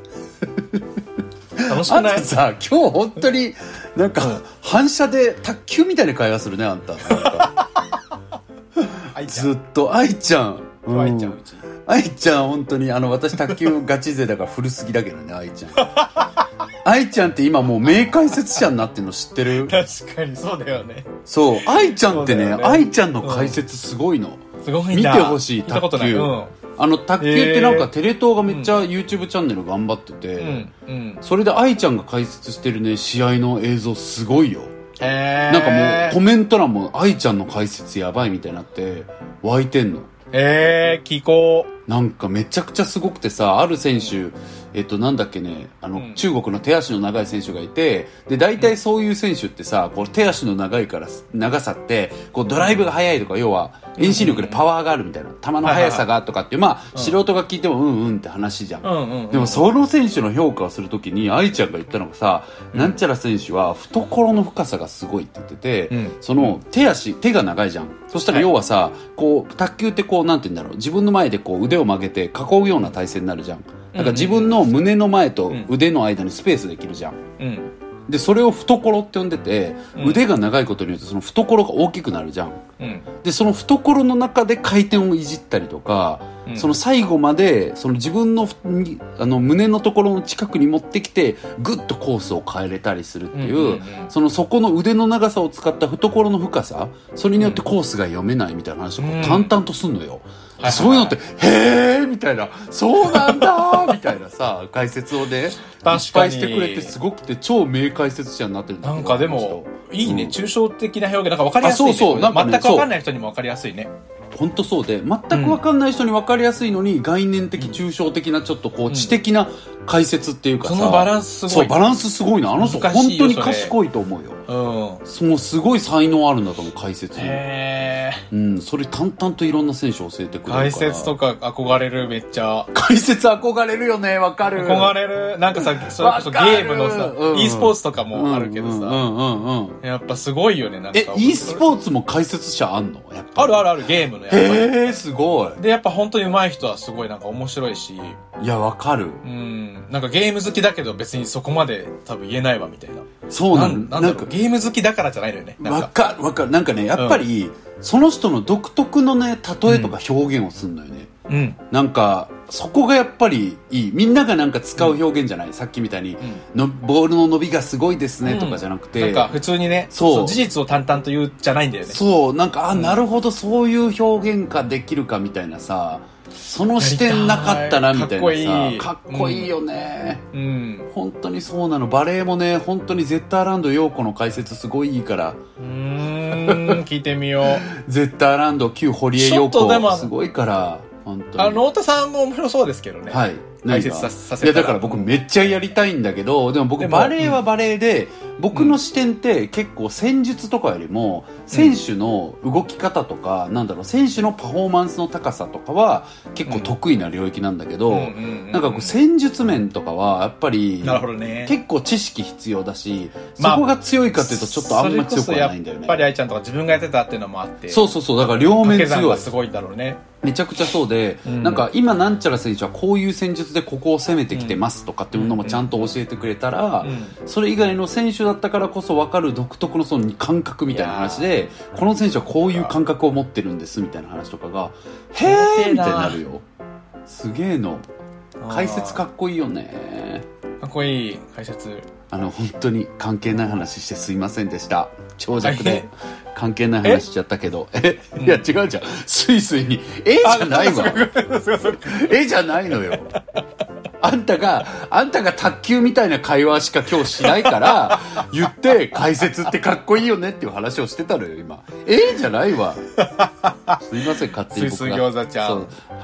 楽しくない？ あんたさ、今日本当になんか反射で卓球みたいな会話するね、あんた。なんかずっと愛ちゃん、 愛ちゃん、うち愛ちゃん本当に私卓球ガチ勢だから古すぎだけどね、愛ちゃん。愛ちゃんって今もう名解説者になってるの知ってる？ 確かにそうだよね。 そう、愛ちゃんってね、愛ちゃんの解説すごいの。 すごいんだ。 見てほしい、卓球。卓球ってなんかテレ東がめっちゃ YouTube チャンネル頑張ってて、それで愛ちゃんが解説してるね、試合の映像すごいよ。なんかもうコメント欄も愛ちゃんの解説やばいみたいになって湧いてんの。 聞こう。 なんかめちゃくちゃすごくてさ、ある選手、なんだっけね、中国の手足の長い選手がいて、で、大体そういう選手ってさ、こう手足の長さって、こうドライブが速いとか、要は遠心力でパワーがあるみたいな、球の速さがとかって、まあ、素人が聞いてもうんうんって話じゃん。でもその選手の評価をするときに、愛ちゃんが言ったのがさ、なんちゃら選手は懐の深さがすごいって言ってて、その手が長いじゃん。そしたら要はさ、こう、卓球ってこう、なんて言うんだろう、自分の前でこう腕を曲げて囲うような体勢になるじゃん。だから自分の胸の前と腕の間にスペースできるじゃん。で、それを懐って呼んでて、腕が長いことによってその懐が大きくなるじゃん。で、その懐の中で回転をいじったりとか、その最後まで、その自分の、胸のところの近くに持ってきて、ぐっとコースを変えれたりするっていう、そこの腕の長さを使った懐の深さ、それによってコースが読めないみたいな話を淡々とすんのよ。そういうのって、へーみたいな、そうなんだみたいなさ、解説をね、いっぱいしてくれて、すごくて超名解説者になってるんだけど。 なんかでも、いいね、抽象的な表現、なんか分かりやすいね。 そう、なんかね、 全く分かんない人にも分かりやすいね。 本当そうで、全く分かんない人に分かりやすいのに、概念的、抽象的な、ちょっとこう、知的な解説っていうかさ。 そのバランスすごい。 そう、バランスすごいな。あの人、本当に賢いと思うよ。もうすごい才能あるんだと思う、解説に。それ淡々といろんな選手教えてくれるから。 解説とか憧れる、めっちゃ。 解説憧れるよね、わかる。 憧れる。なんかさ、それこそゲームのさ、e スポーツとかもあるけどさ。やっぱすごいよね、なんか。 e スポーツも解説者あんの？やっぱある、ゲームのやっぱり。 すごい。 で、やっぱ本当に上手い人はすごいなんか面白いし。 いや、わかる。 なんかゲーム好きだけど別にそこまで多分言えないわ、みたいな。 そうなんだ。 なんかゲーム好きだからじゃないのよね。 わかる。なんかね、やっぱり、その人の独特のね、例えとか表現をするのよね。なんか、そこがやっぱりいい。みんながなんか使う表現じゃない。さっきみたいに、ボールの伸びがすごいですねとかじゃなくて。 なんか普通にね、そう、事実を淡々と言うじゃないんだよね。 そう、なんか、なるほど、そういう表現ができるかみたいなさ、その視点なかったなみたいなさ、かっこいいよね。本当にそうなの。バレーもね、本当にゼッターランド陽子の解説すごいいいから。 聞いてみよう。 ゼッターランド旧堀江陽子すごいから、本当に。 太田さんも面白そうですけどね。 はい。 解説させて。 いや、だから僕めっちゃやりたいんだけど、でも僕バレーはバレーで、僕の視点って結構戦術とかよりも、選手の動き方とか、なんだろう、選手のパフォーマンスの高さとかは結構得意な領域なんだけど、なんかこう戦術面とかはやっぱり、 なるほどね。 結構知識必要だし、そこが強いかっていうとちょっとあんまり強くはないんだよね。 やっぱり愛ちゃんとか自分がやってたっていうのもあって。 そう、だから両面強い。 すごいんだろうね。 めちゃくちゃそうで、なんか今なんちゃら選手はこういう戦術でここを攻めてきてますとかっていうのもちゃんと教えてくれたら、それ以外の選手だったからこそ分かる独特のその感覚みたいな話で、この選手はこういう感覚を持ってるんですみたいな話とかが、へーみたいになるよ。すげえの。解説かっこいいよね。 かっこいい解説。 本当に関係ない話してすいませんでした。長尺で関係ない話しちゃったけど。いや違うじゃん。スイスイに。じゃないわ。じゃないのよ。あんたが卓球みたいな会話しか今日しないから、言って解説ってかっこいいよねっていう話をしてたのよ、今。じゃないわ。すいません、勝手に僕が。 スイス餃子ちゃん。 そう、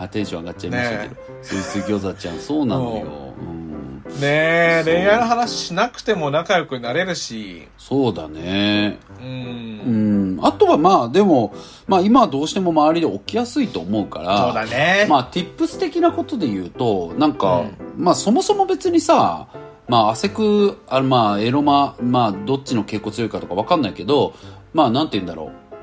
テンション上がっちゃいましたけど。スイス餃子ちゃん、そうなのよ。 ねえ、恋愛の話しなくても仲良くなれるし。 そうだね。あとはまあでも、まあ今はどうしても周りで起きやすいと思うから。 そうだね。 まあ tips 的なことで言うと、なんか、まあそもそも別にさ、まあアセク、まあエロマ、まあどっちの傾向強いかとかわかんないけど、まあなんて言うんだろう。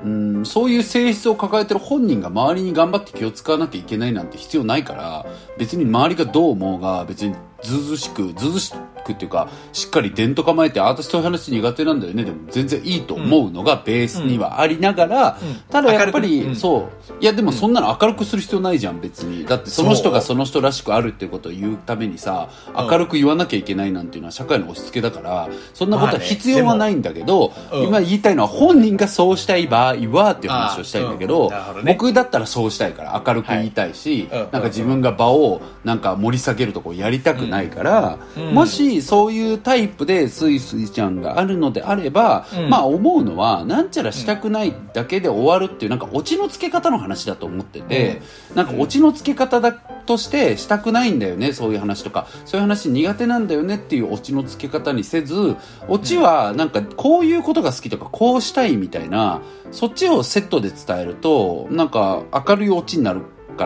そういう性質を抱えてる本人が周りに頑張って気を使わなきゃいけないなんて必要ないから、別に周りがどう思うが別にずうずうしくっていうか、しっかり伝と構えて、私そういう話苦手なんだよね、でも全然いいと思うのがベースにはありながら、ただやっぱり、そう、いやでもそんなの明るくする必要ないじゃん、別に。だってその人がその人らしくあるっていうことを言うためにさ、明るく言わなきゃいけないなんていうのは社会の押し付けだから、そんなことは必要はないんだけど、今言いたいのは本人がそうしたい場合はっていう話をしたいんだけど、僕だったらそうしたいから明るく言いたいし、なんか自分が場をなんか盛り下げるとこやりたくないから、もしそういうタイプでスイスイちゃんがあるのであれば、まあ思うのはなんちゃらしたくないだけで終わるっていう、なんかオチのつけ方の話だと思ってて、なんかオチのつけ方だとしてしたくないんだよね、そういう話とかそういう話苦手なんだよねっていうオチのつけ方にせず、オチはなんかこういうことが好きとかこうしたいみたいな、そっちをセットで伝えるとなんか明るいオチになるから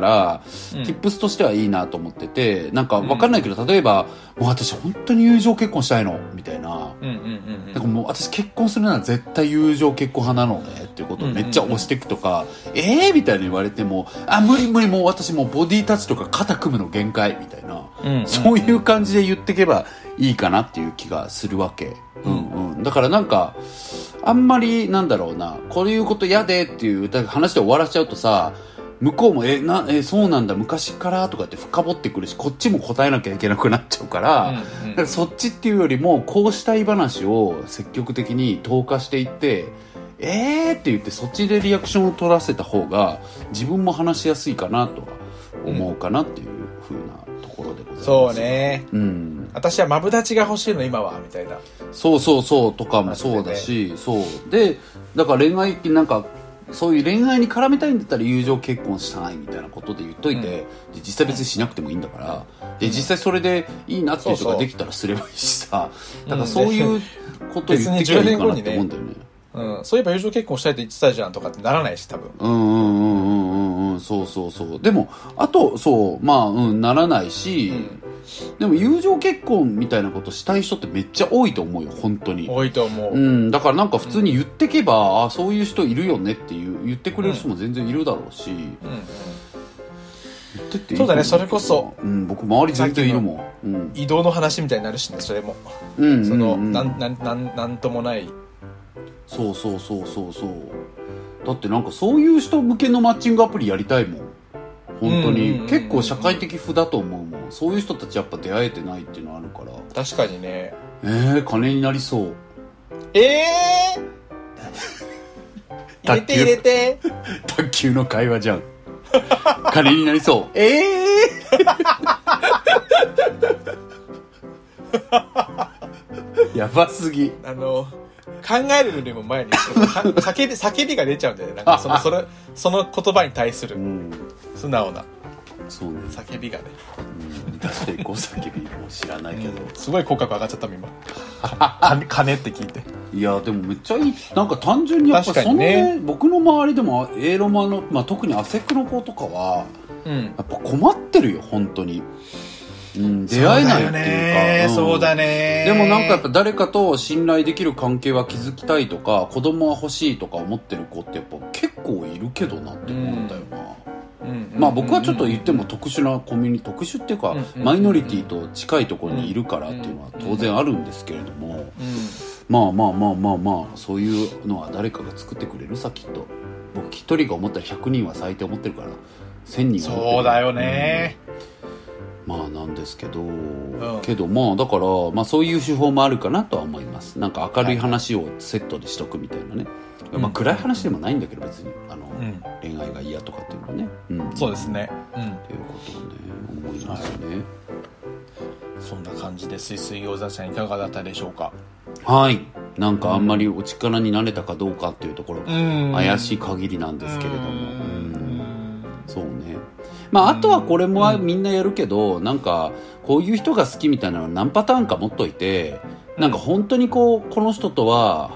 、tips としてはいいなと思ってて、なんか分かんないけど、例えばもう私本当に友情結婚したいのみたいな、なんかもう私結婚するなら絶対友情結婚派なのねっていうことをめっちゃ押していくとか、みたいに言われても、無理もう私もうボディタッチとか肩組むの限界みたいな、そういう感じで言っていけばいいかなっていう気がするわけ。だからなんかあんまりなんだろうな、こういうこと嫌でっていう話で終わらせちゃうとさ、向こうもそうなんだ昔からとかって深掘ってくるし、こっちも答えなきゃいけなくなっちゃうから、だからそっちっていうよりもこうしたい話を積極的に投下していって、って言ってそっちでリアクションを取らせた方が自分も話しやすいかなとは思うかなっていう風なところでございます。 そうね、私はマブダチが欲しいの今はみたいな、 そうとかもそうだし、そうでだから恋愛ってなんかそういう恋愛に絡めたいんだったら友情結婚したいみたいなことで言っといて、で実際別にしなくてもいいんだから、で実際それでいいなっていう人ができたらすればいいしさ、だからそういうことを言ってきゃいいかなって思うんだよね。 そういえば友情結婚したいって言ってたじゃんとかってならないし、多分。 そうでもあとならないし、でも友情結婚みたいなことしたい人ってめっちゃ多いと思うよ、本当に。 多いと思う。 だからなんか普通に言ってけば、そういう人いるよねって言ってくれる人も全然いるだろうし、言ってっていい。 そうだね、それこそ、 僕周り全然いるもん。 移動の話みたいになるしね、それも。なんともない。 そうだってなんかそういう人向けのマッチングアプリやりたいもん、本当に。結構社会的負だと思うもん、そういう人たちやっぱ出会えてないっていうのあるから。 確かにね。 金になりそう。 入れて卓球の会話じゃん。金になりそう。やばすぎ。 考えるよりも前に叫びが出ちゃうんだよね。なんかその言葉に対する素直な叫びがね、 出していこう。叫びも知らないけど、 すごい口角上がっちゃったもん今。金って聞いて。いやでもめっちゃいい。なんか単純にやっぱそのね、僕の周りでもロマの、特にアセクの子とかは、やっぱ困ってるよ本当に。出会えないっていうか。 そうだね。 でもなんかやっぱ誰かと信頼できる関係は築きたいとか、子供は欲しいとか思ってる子ってやっぱ結構いるけどなって思うんだよな。僕はちょっと言っても特殊なコミュニティ、特殊っていうかマイノリティと近いところにいるからっていうのは当然あるんですけれども、そういうのは誰かが作ってくれるさ、きっと。僕一人が思ったら100人は最低思ってるから、1000人は思ってる。 そうだよね。 なんですけど、だからそういう手法もあるかなとは思います。なんか明るい話をセットでしとくみたいなね。暗い話でもないんだけど別に恋愛が嫌とかっていうのはね。 そうですね。 っていうことをね思いますよね。 そんな感じでスイスイ餃子ちゃんいかがだったでしょうか。 はい。なんかあんまりお力になれたかどうかっていうところ怪しい限りなんですけれども、そうね。あとはこれもみんなやるけど、なんかこういう人が好きみたいなの何パターンか持っといて、なんか本当にこの人とは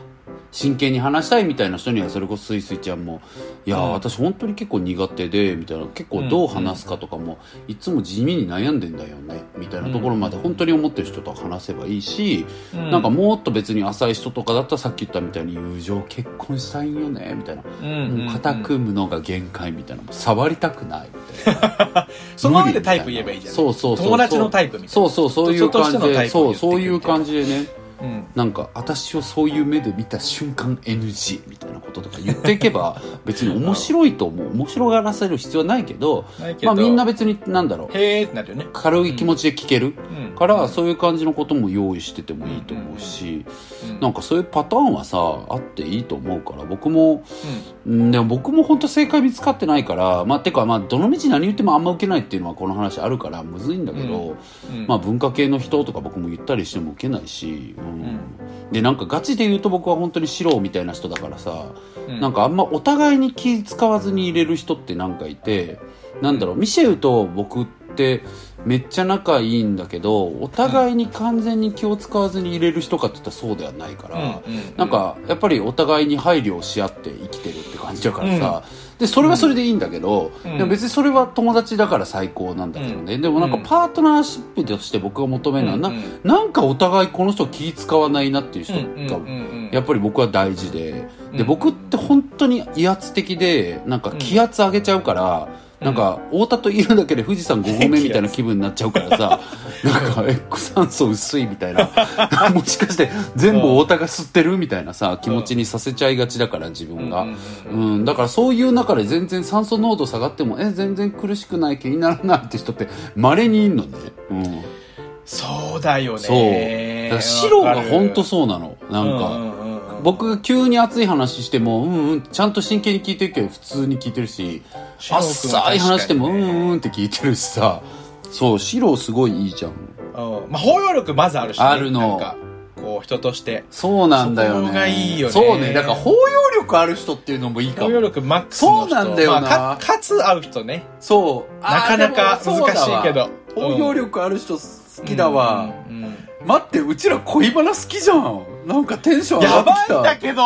真剣に話したいみたいな人にはそれこそスイスイちゃんもいや、私本当に結構苦手でみたいな、結構どう話すかとかもいつも地味に悩んでんだよねみたいなところまで本当に思ってる人と話せばいいし、なんかもっと別に浅い人とかだったらさっき言ったみたいに友情結婚したいんよねみたいな、もう肩組むのが限界みたいな、触りたくないみたいなその上でタイプ言えばいいじゃん。そう友達のタイプみたいな。 そういう感じで、そういう感じでね、なんか私をそういう目で見た瞬間 NG みたいなこととか言っていけば別に面白いと思う、面白がらせる必要はないけど、まあみんな別になんだろう、 へーってなるよね、 軽い気持ちで聞けるから、そういう感じのことも用意しててもいいと思うし、なんかそういうパターンはさあっていいと思うから、僕もでも僕も本当正解見つかってないから、まあてかまあどの道何言ってもあんま受けないっていうのはこの話あるからむずいんだけど、まあ文化系の人とか僕も言ったりしても受けないし、でなんかガチで言うと僕は本当に素人みたいな人だからさ、なんかあんまお互いに気使わずに入れる人ってなんかいて、なんだろう、ミシェルと僕ってめっちゃ仲いいんだけど、お互いに完全に気を使わずに入れる人かって言ったらそうではないから、なんかやっぱりお互いに配慮をし合って生きてるって感じだからさ、でそれはそれでいいんだけど、でも別にそれは友達だから最高なんだけどね、でもなんかパートナーシップとして僕が求めるのはなんかお互いこの人気使わないなっていう人がやっぱり僕は大事で、僕って本当に威圧的でなんか気圧上げちゃうから、なんか太田といるだけで富士山5合目みたいな気分になっちゃうからさなんかX酸素薄いみたいなもしかして全部太田が吸ってるみたいなさ気持ちにさせちゃいがちだから自分が、だからそういう中で全然酸素濃度下がっても全然苦しくない気にならないって人って稀にいんのね、 そうだよね。 そうだから白が本当そうなの、なんか、僕が急に熱い話してもちゃんと真剣に聞いてるけど普通に聞いてるし、浅い話してもって聞いてるしさ、そう白すごいいいじゃん。 まあ包容力まずあるしね、 あるの、 なんかこう人としてそうなんだよね、 そこがいいよね。 そうね、だから包容力ある人っていうのもいいかも。 包容力マックスの人、 そうなんだよな、 かつ合う人ね。 そうなかなか難しいけど包容力ある人好きだわ、待って、うちら恋バナ好きじゃん。なんかテンション上がってきた。 やばいんだけど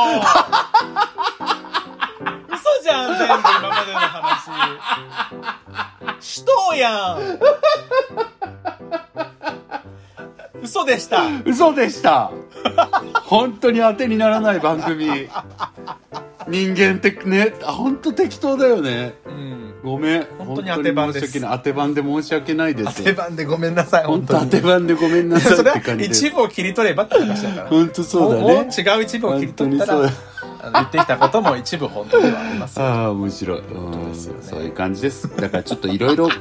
嘘じゃん、全部今までの話しとうやん嘘でした本当に当てにならない番組人間ってね、本当適当だよね、ごめん、 本当に当て番です。 当て番で申し訳ないです。 当て番でごめんなさい。 本当当て番でごめんなさいって感じで。 それは一部を切り取ればって話だから。 本当そうだね。 もう違う一部を切り取ったら言ってきたことも一部本当ではありますよ。 ああ面白い。そういう感じです。だからちょっといろいろ。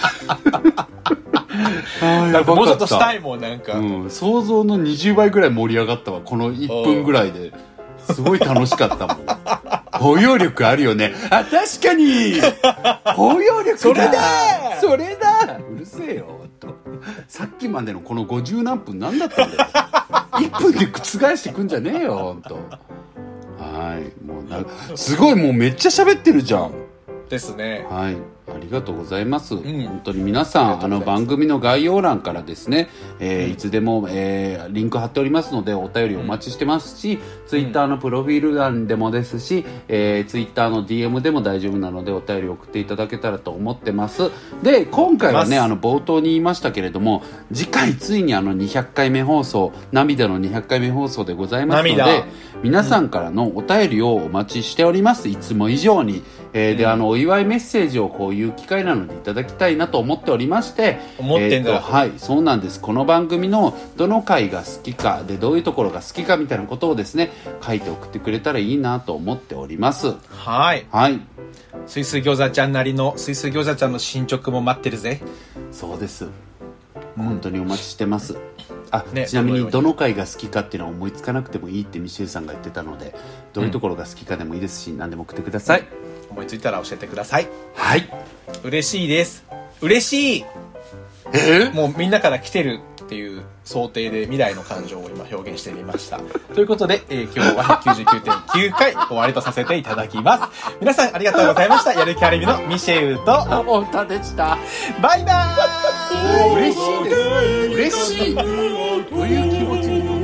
もうちょっとしたいもんなんか。 想像の20倍ぐらい盛り上がったわこの1分ぐらいで。すごい楽しかったもん。包容力あるよね。あ、確かに包容力だ。それだうるせえよさっきまでのこの50何分何だったんだよ1分で覆してくんじゃねえよほんと。はい、もうすごいもうめっちゃ喋ってるじゃんですね。 はい、ありがとうございます、本当に皆さん番組の概要欄からですね、いつでも、リンク貼っておりますのでお便りお待ちしてますし、ツイッターのプロフィール欄でもですし、ツイッターの DM でも大丈夫なのでお便り送っていただけたらと思ってます。で今回はね冒頭に言いましたけれども、次回ついに200回目放送、涙の200回目放送でございますので、皆さんからのお便りをお待ちしております、いつも以上に。でお祝いメッセージをこういう機会なのでいただきたいなと思っておりまして、はい、そうなんです。この番組のどの回が好きかでどういうところが好きかみたいなことをですね書いて送ってくれたらいいなと思っております。 はい、 はい、 スイス餃子ちゃんなりのスイス餃子ちゃんの進捗も待ってるぜ。 そうです、本当にお待ちしてます。ちなみにどの回が好きかっていうのは思いつかなくてもいいってミシェルさんが言ってたので、どういうところが好きかでもいいですし、何でも送ってください。 思いついたら教えてください。 はい、 嬉しいです。嬉しい。もうみんなから来てるっていう想定で未来の感情を今表現してみました。ということで、今日は 99.9 回終わりとさせていただきます。皆さんありがとうございました。やる気ありみのミシェウと太田でした。 バイバーイ。 嬉しいです。嬉しい。という気持ちに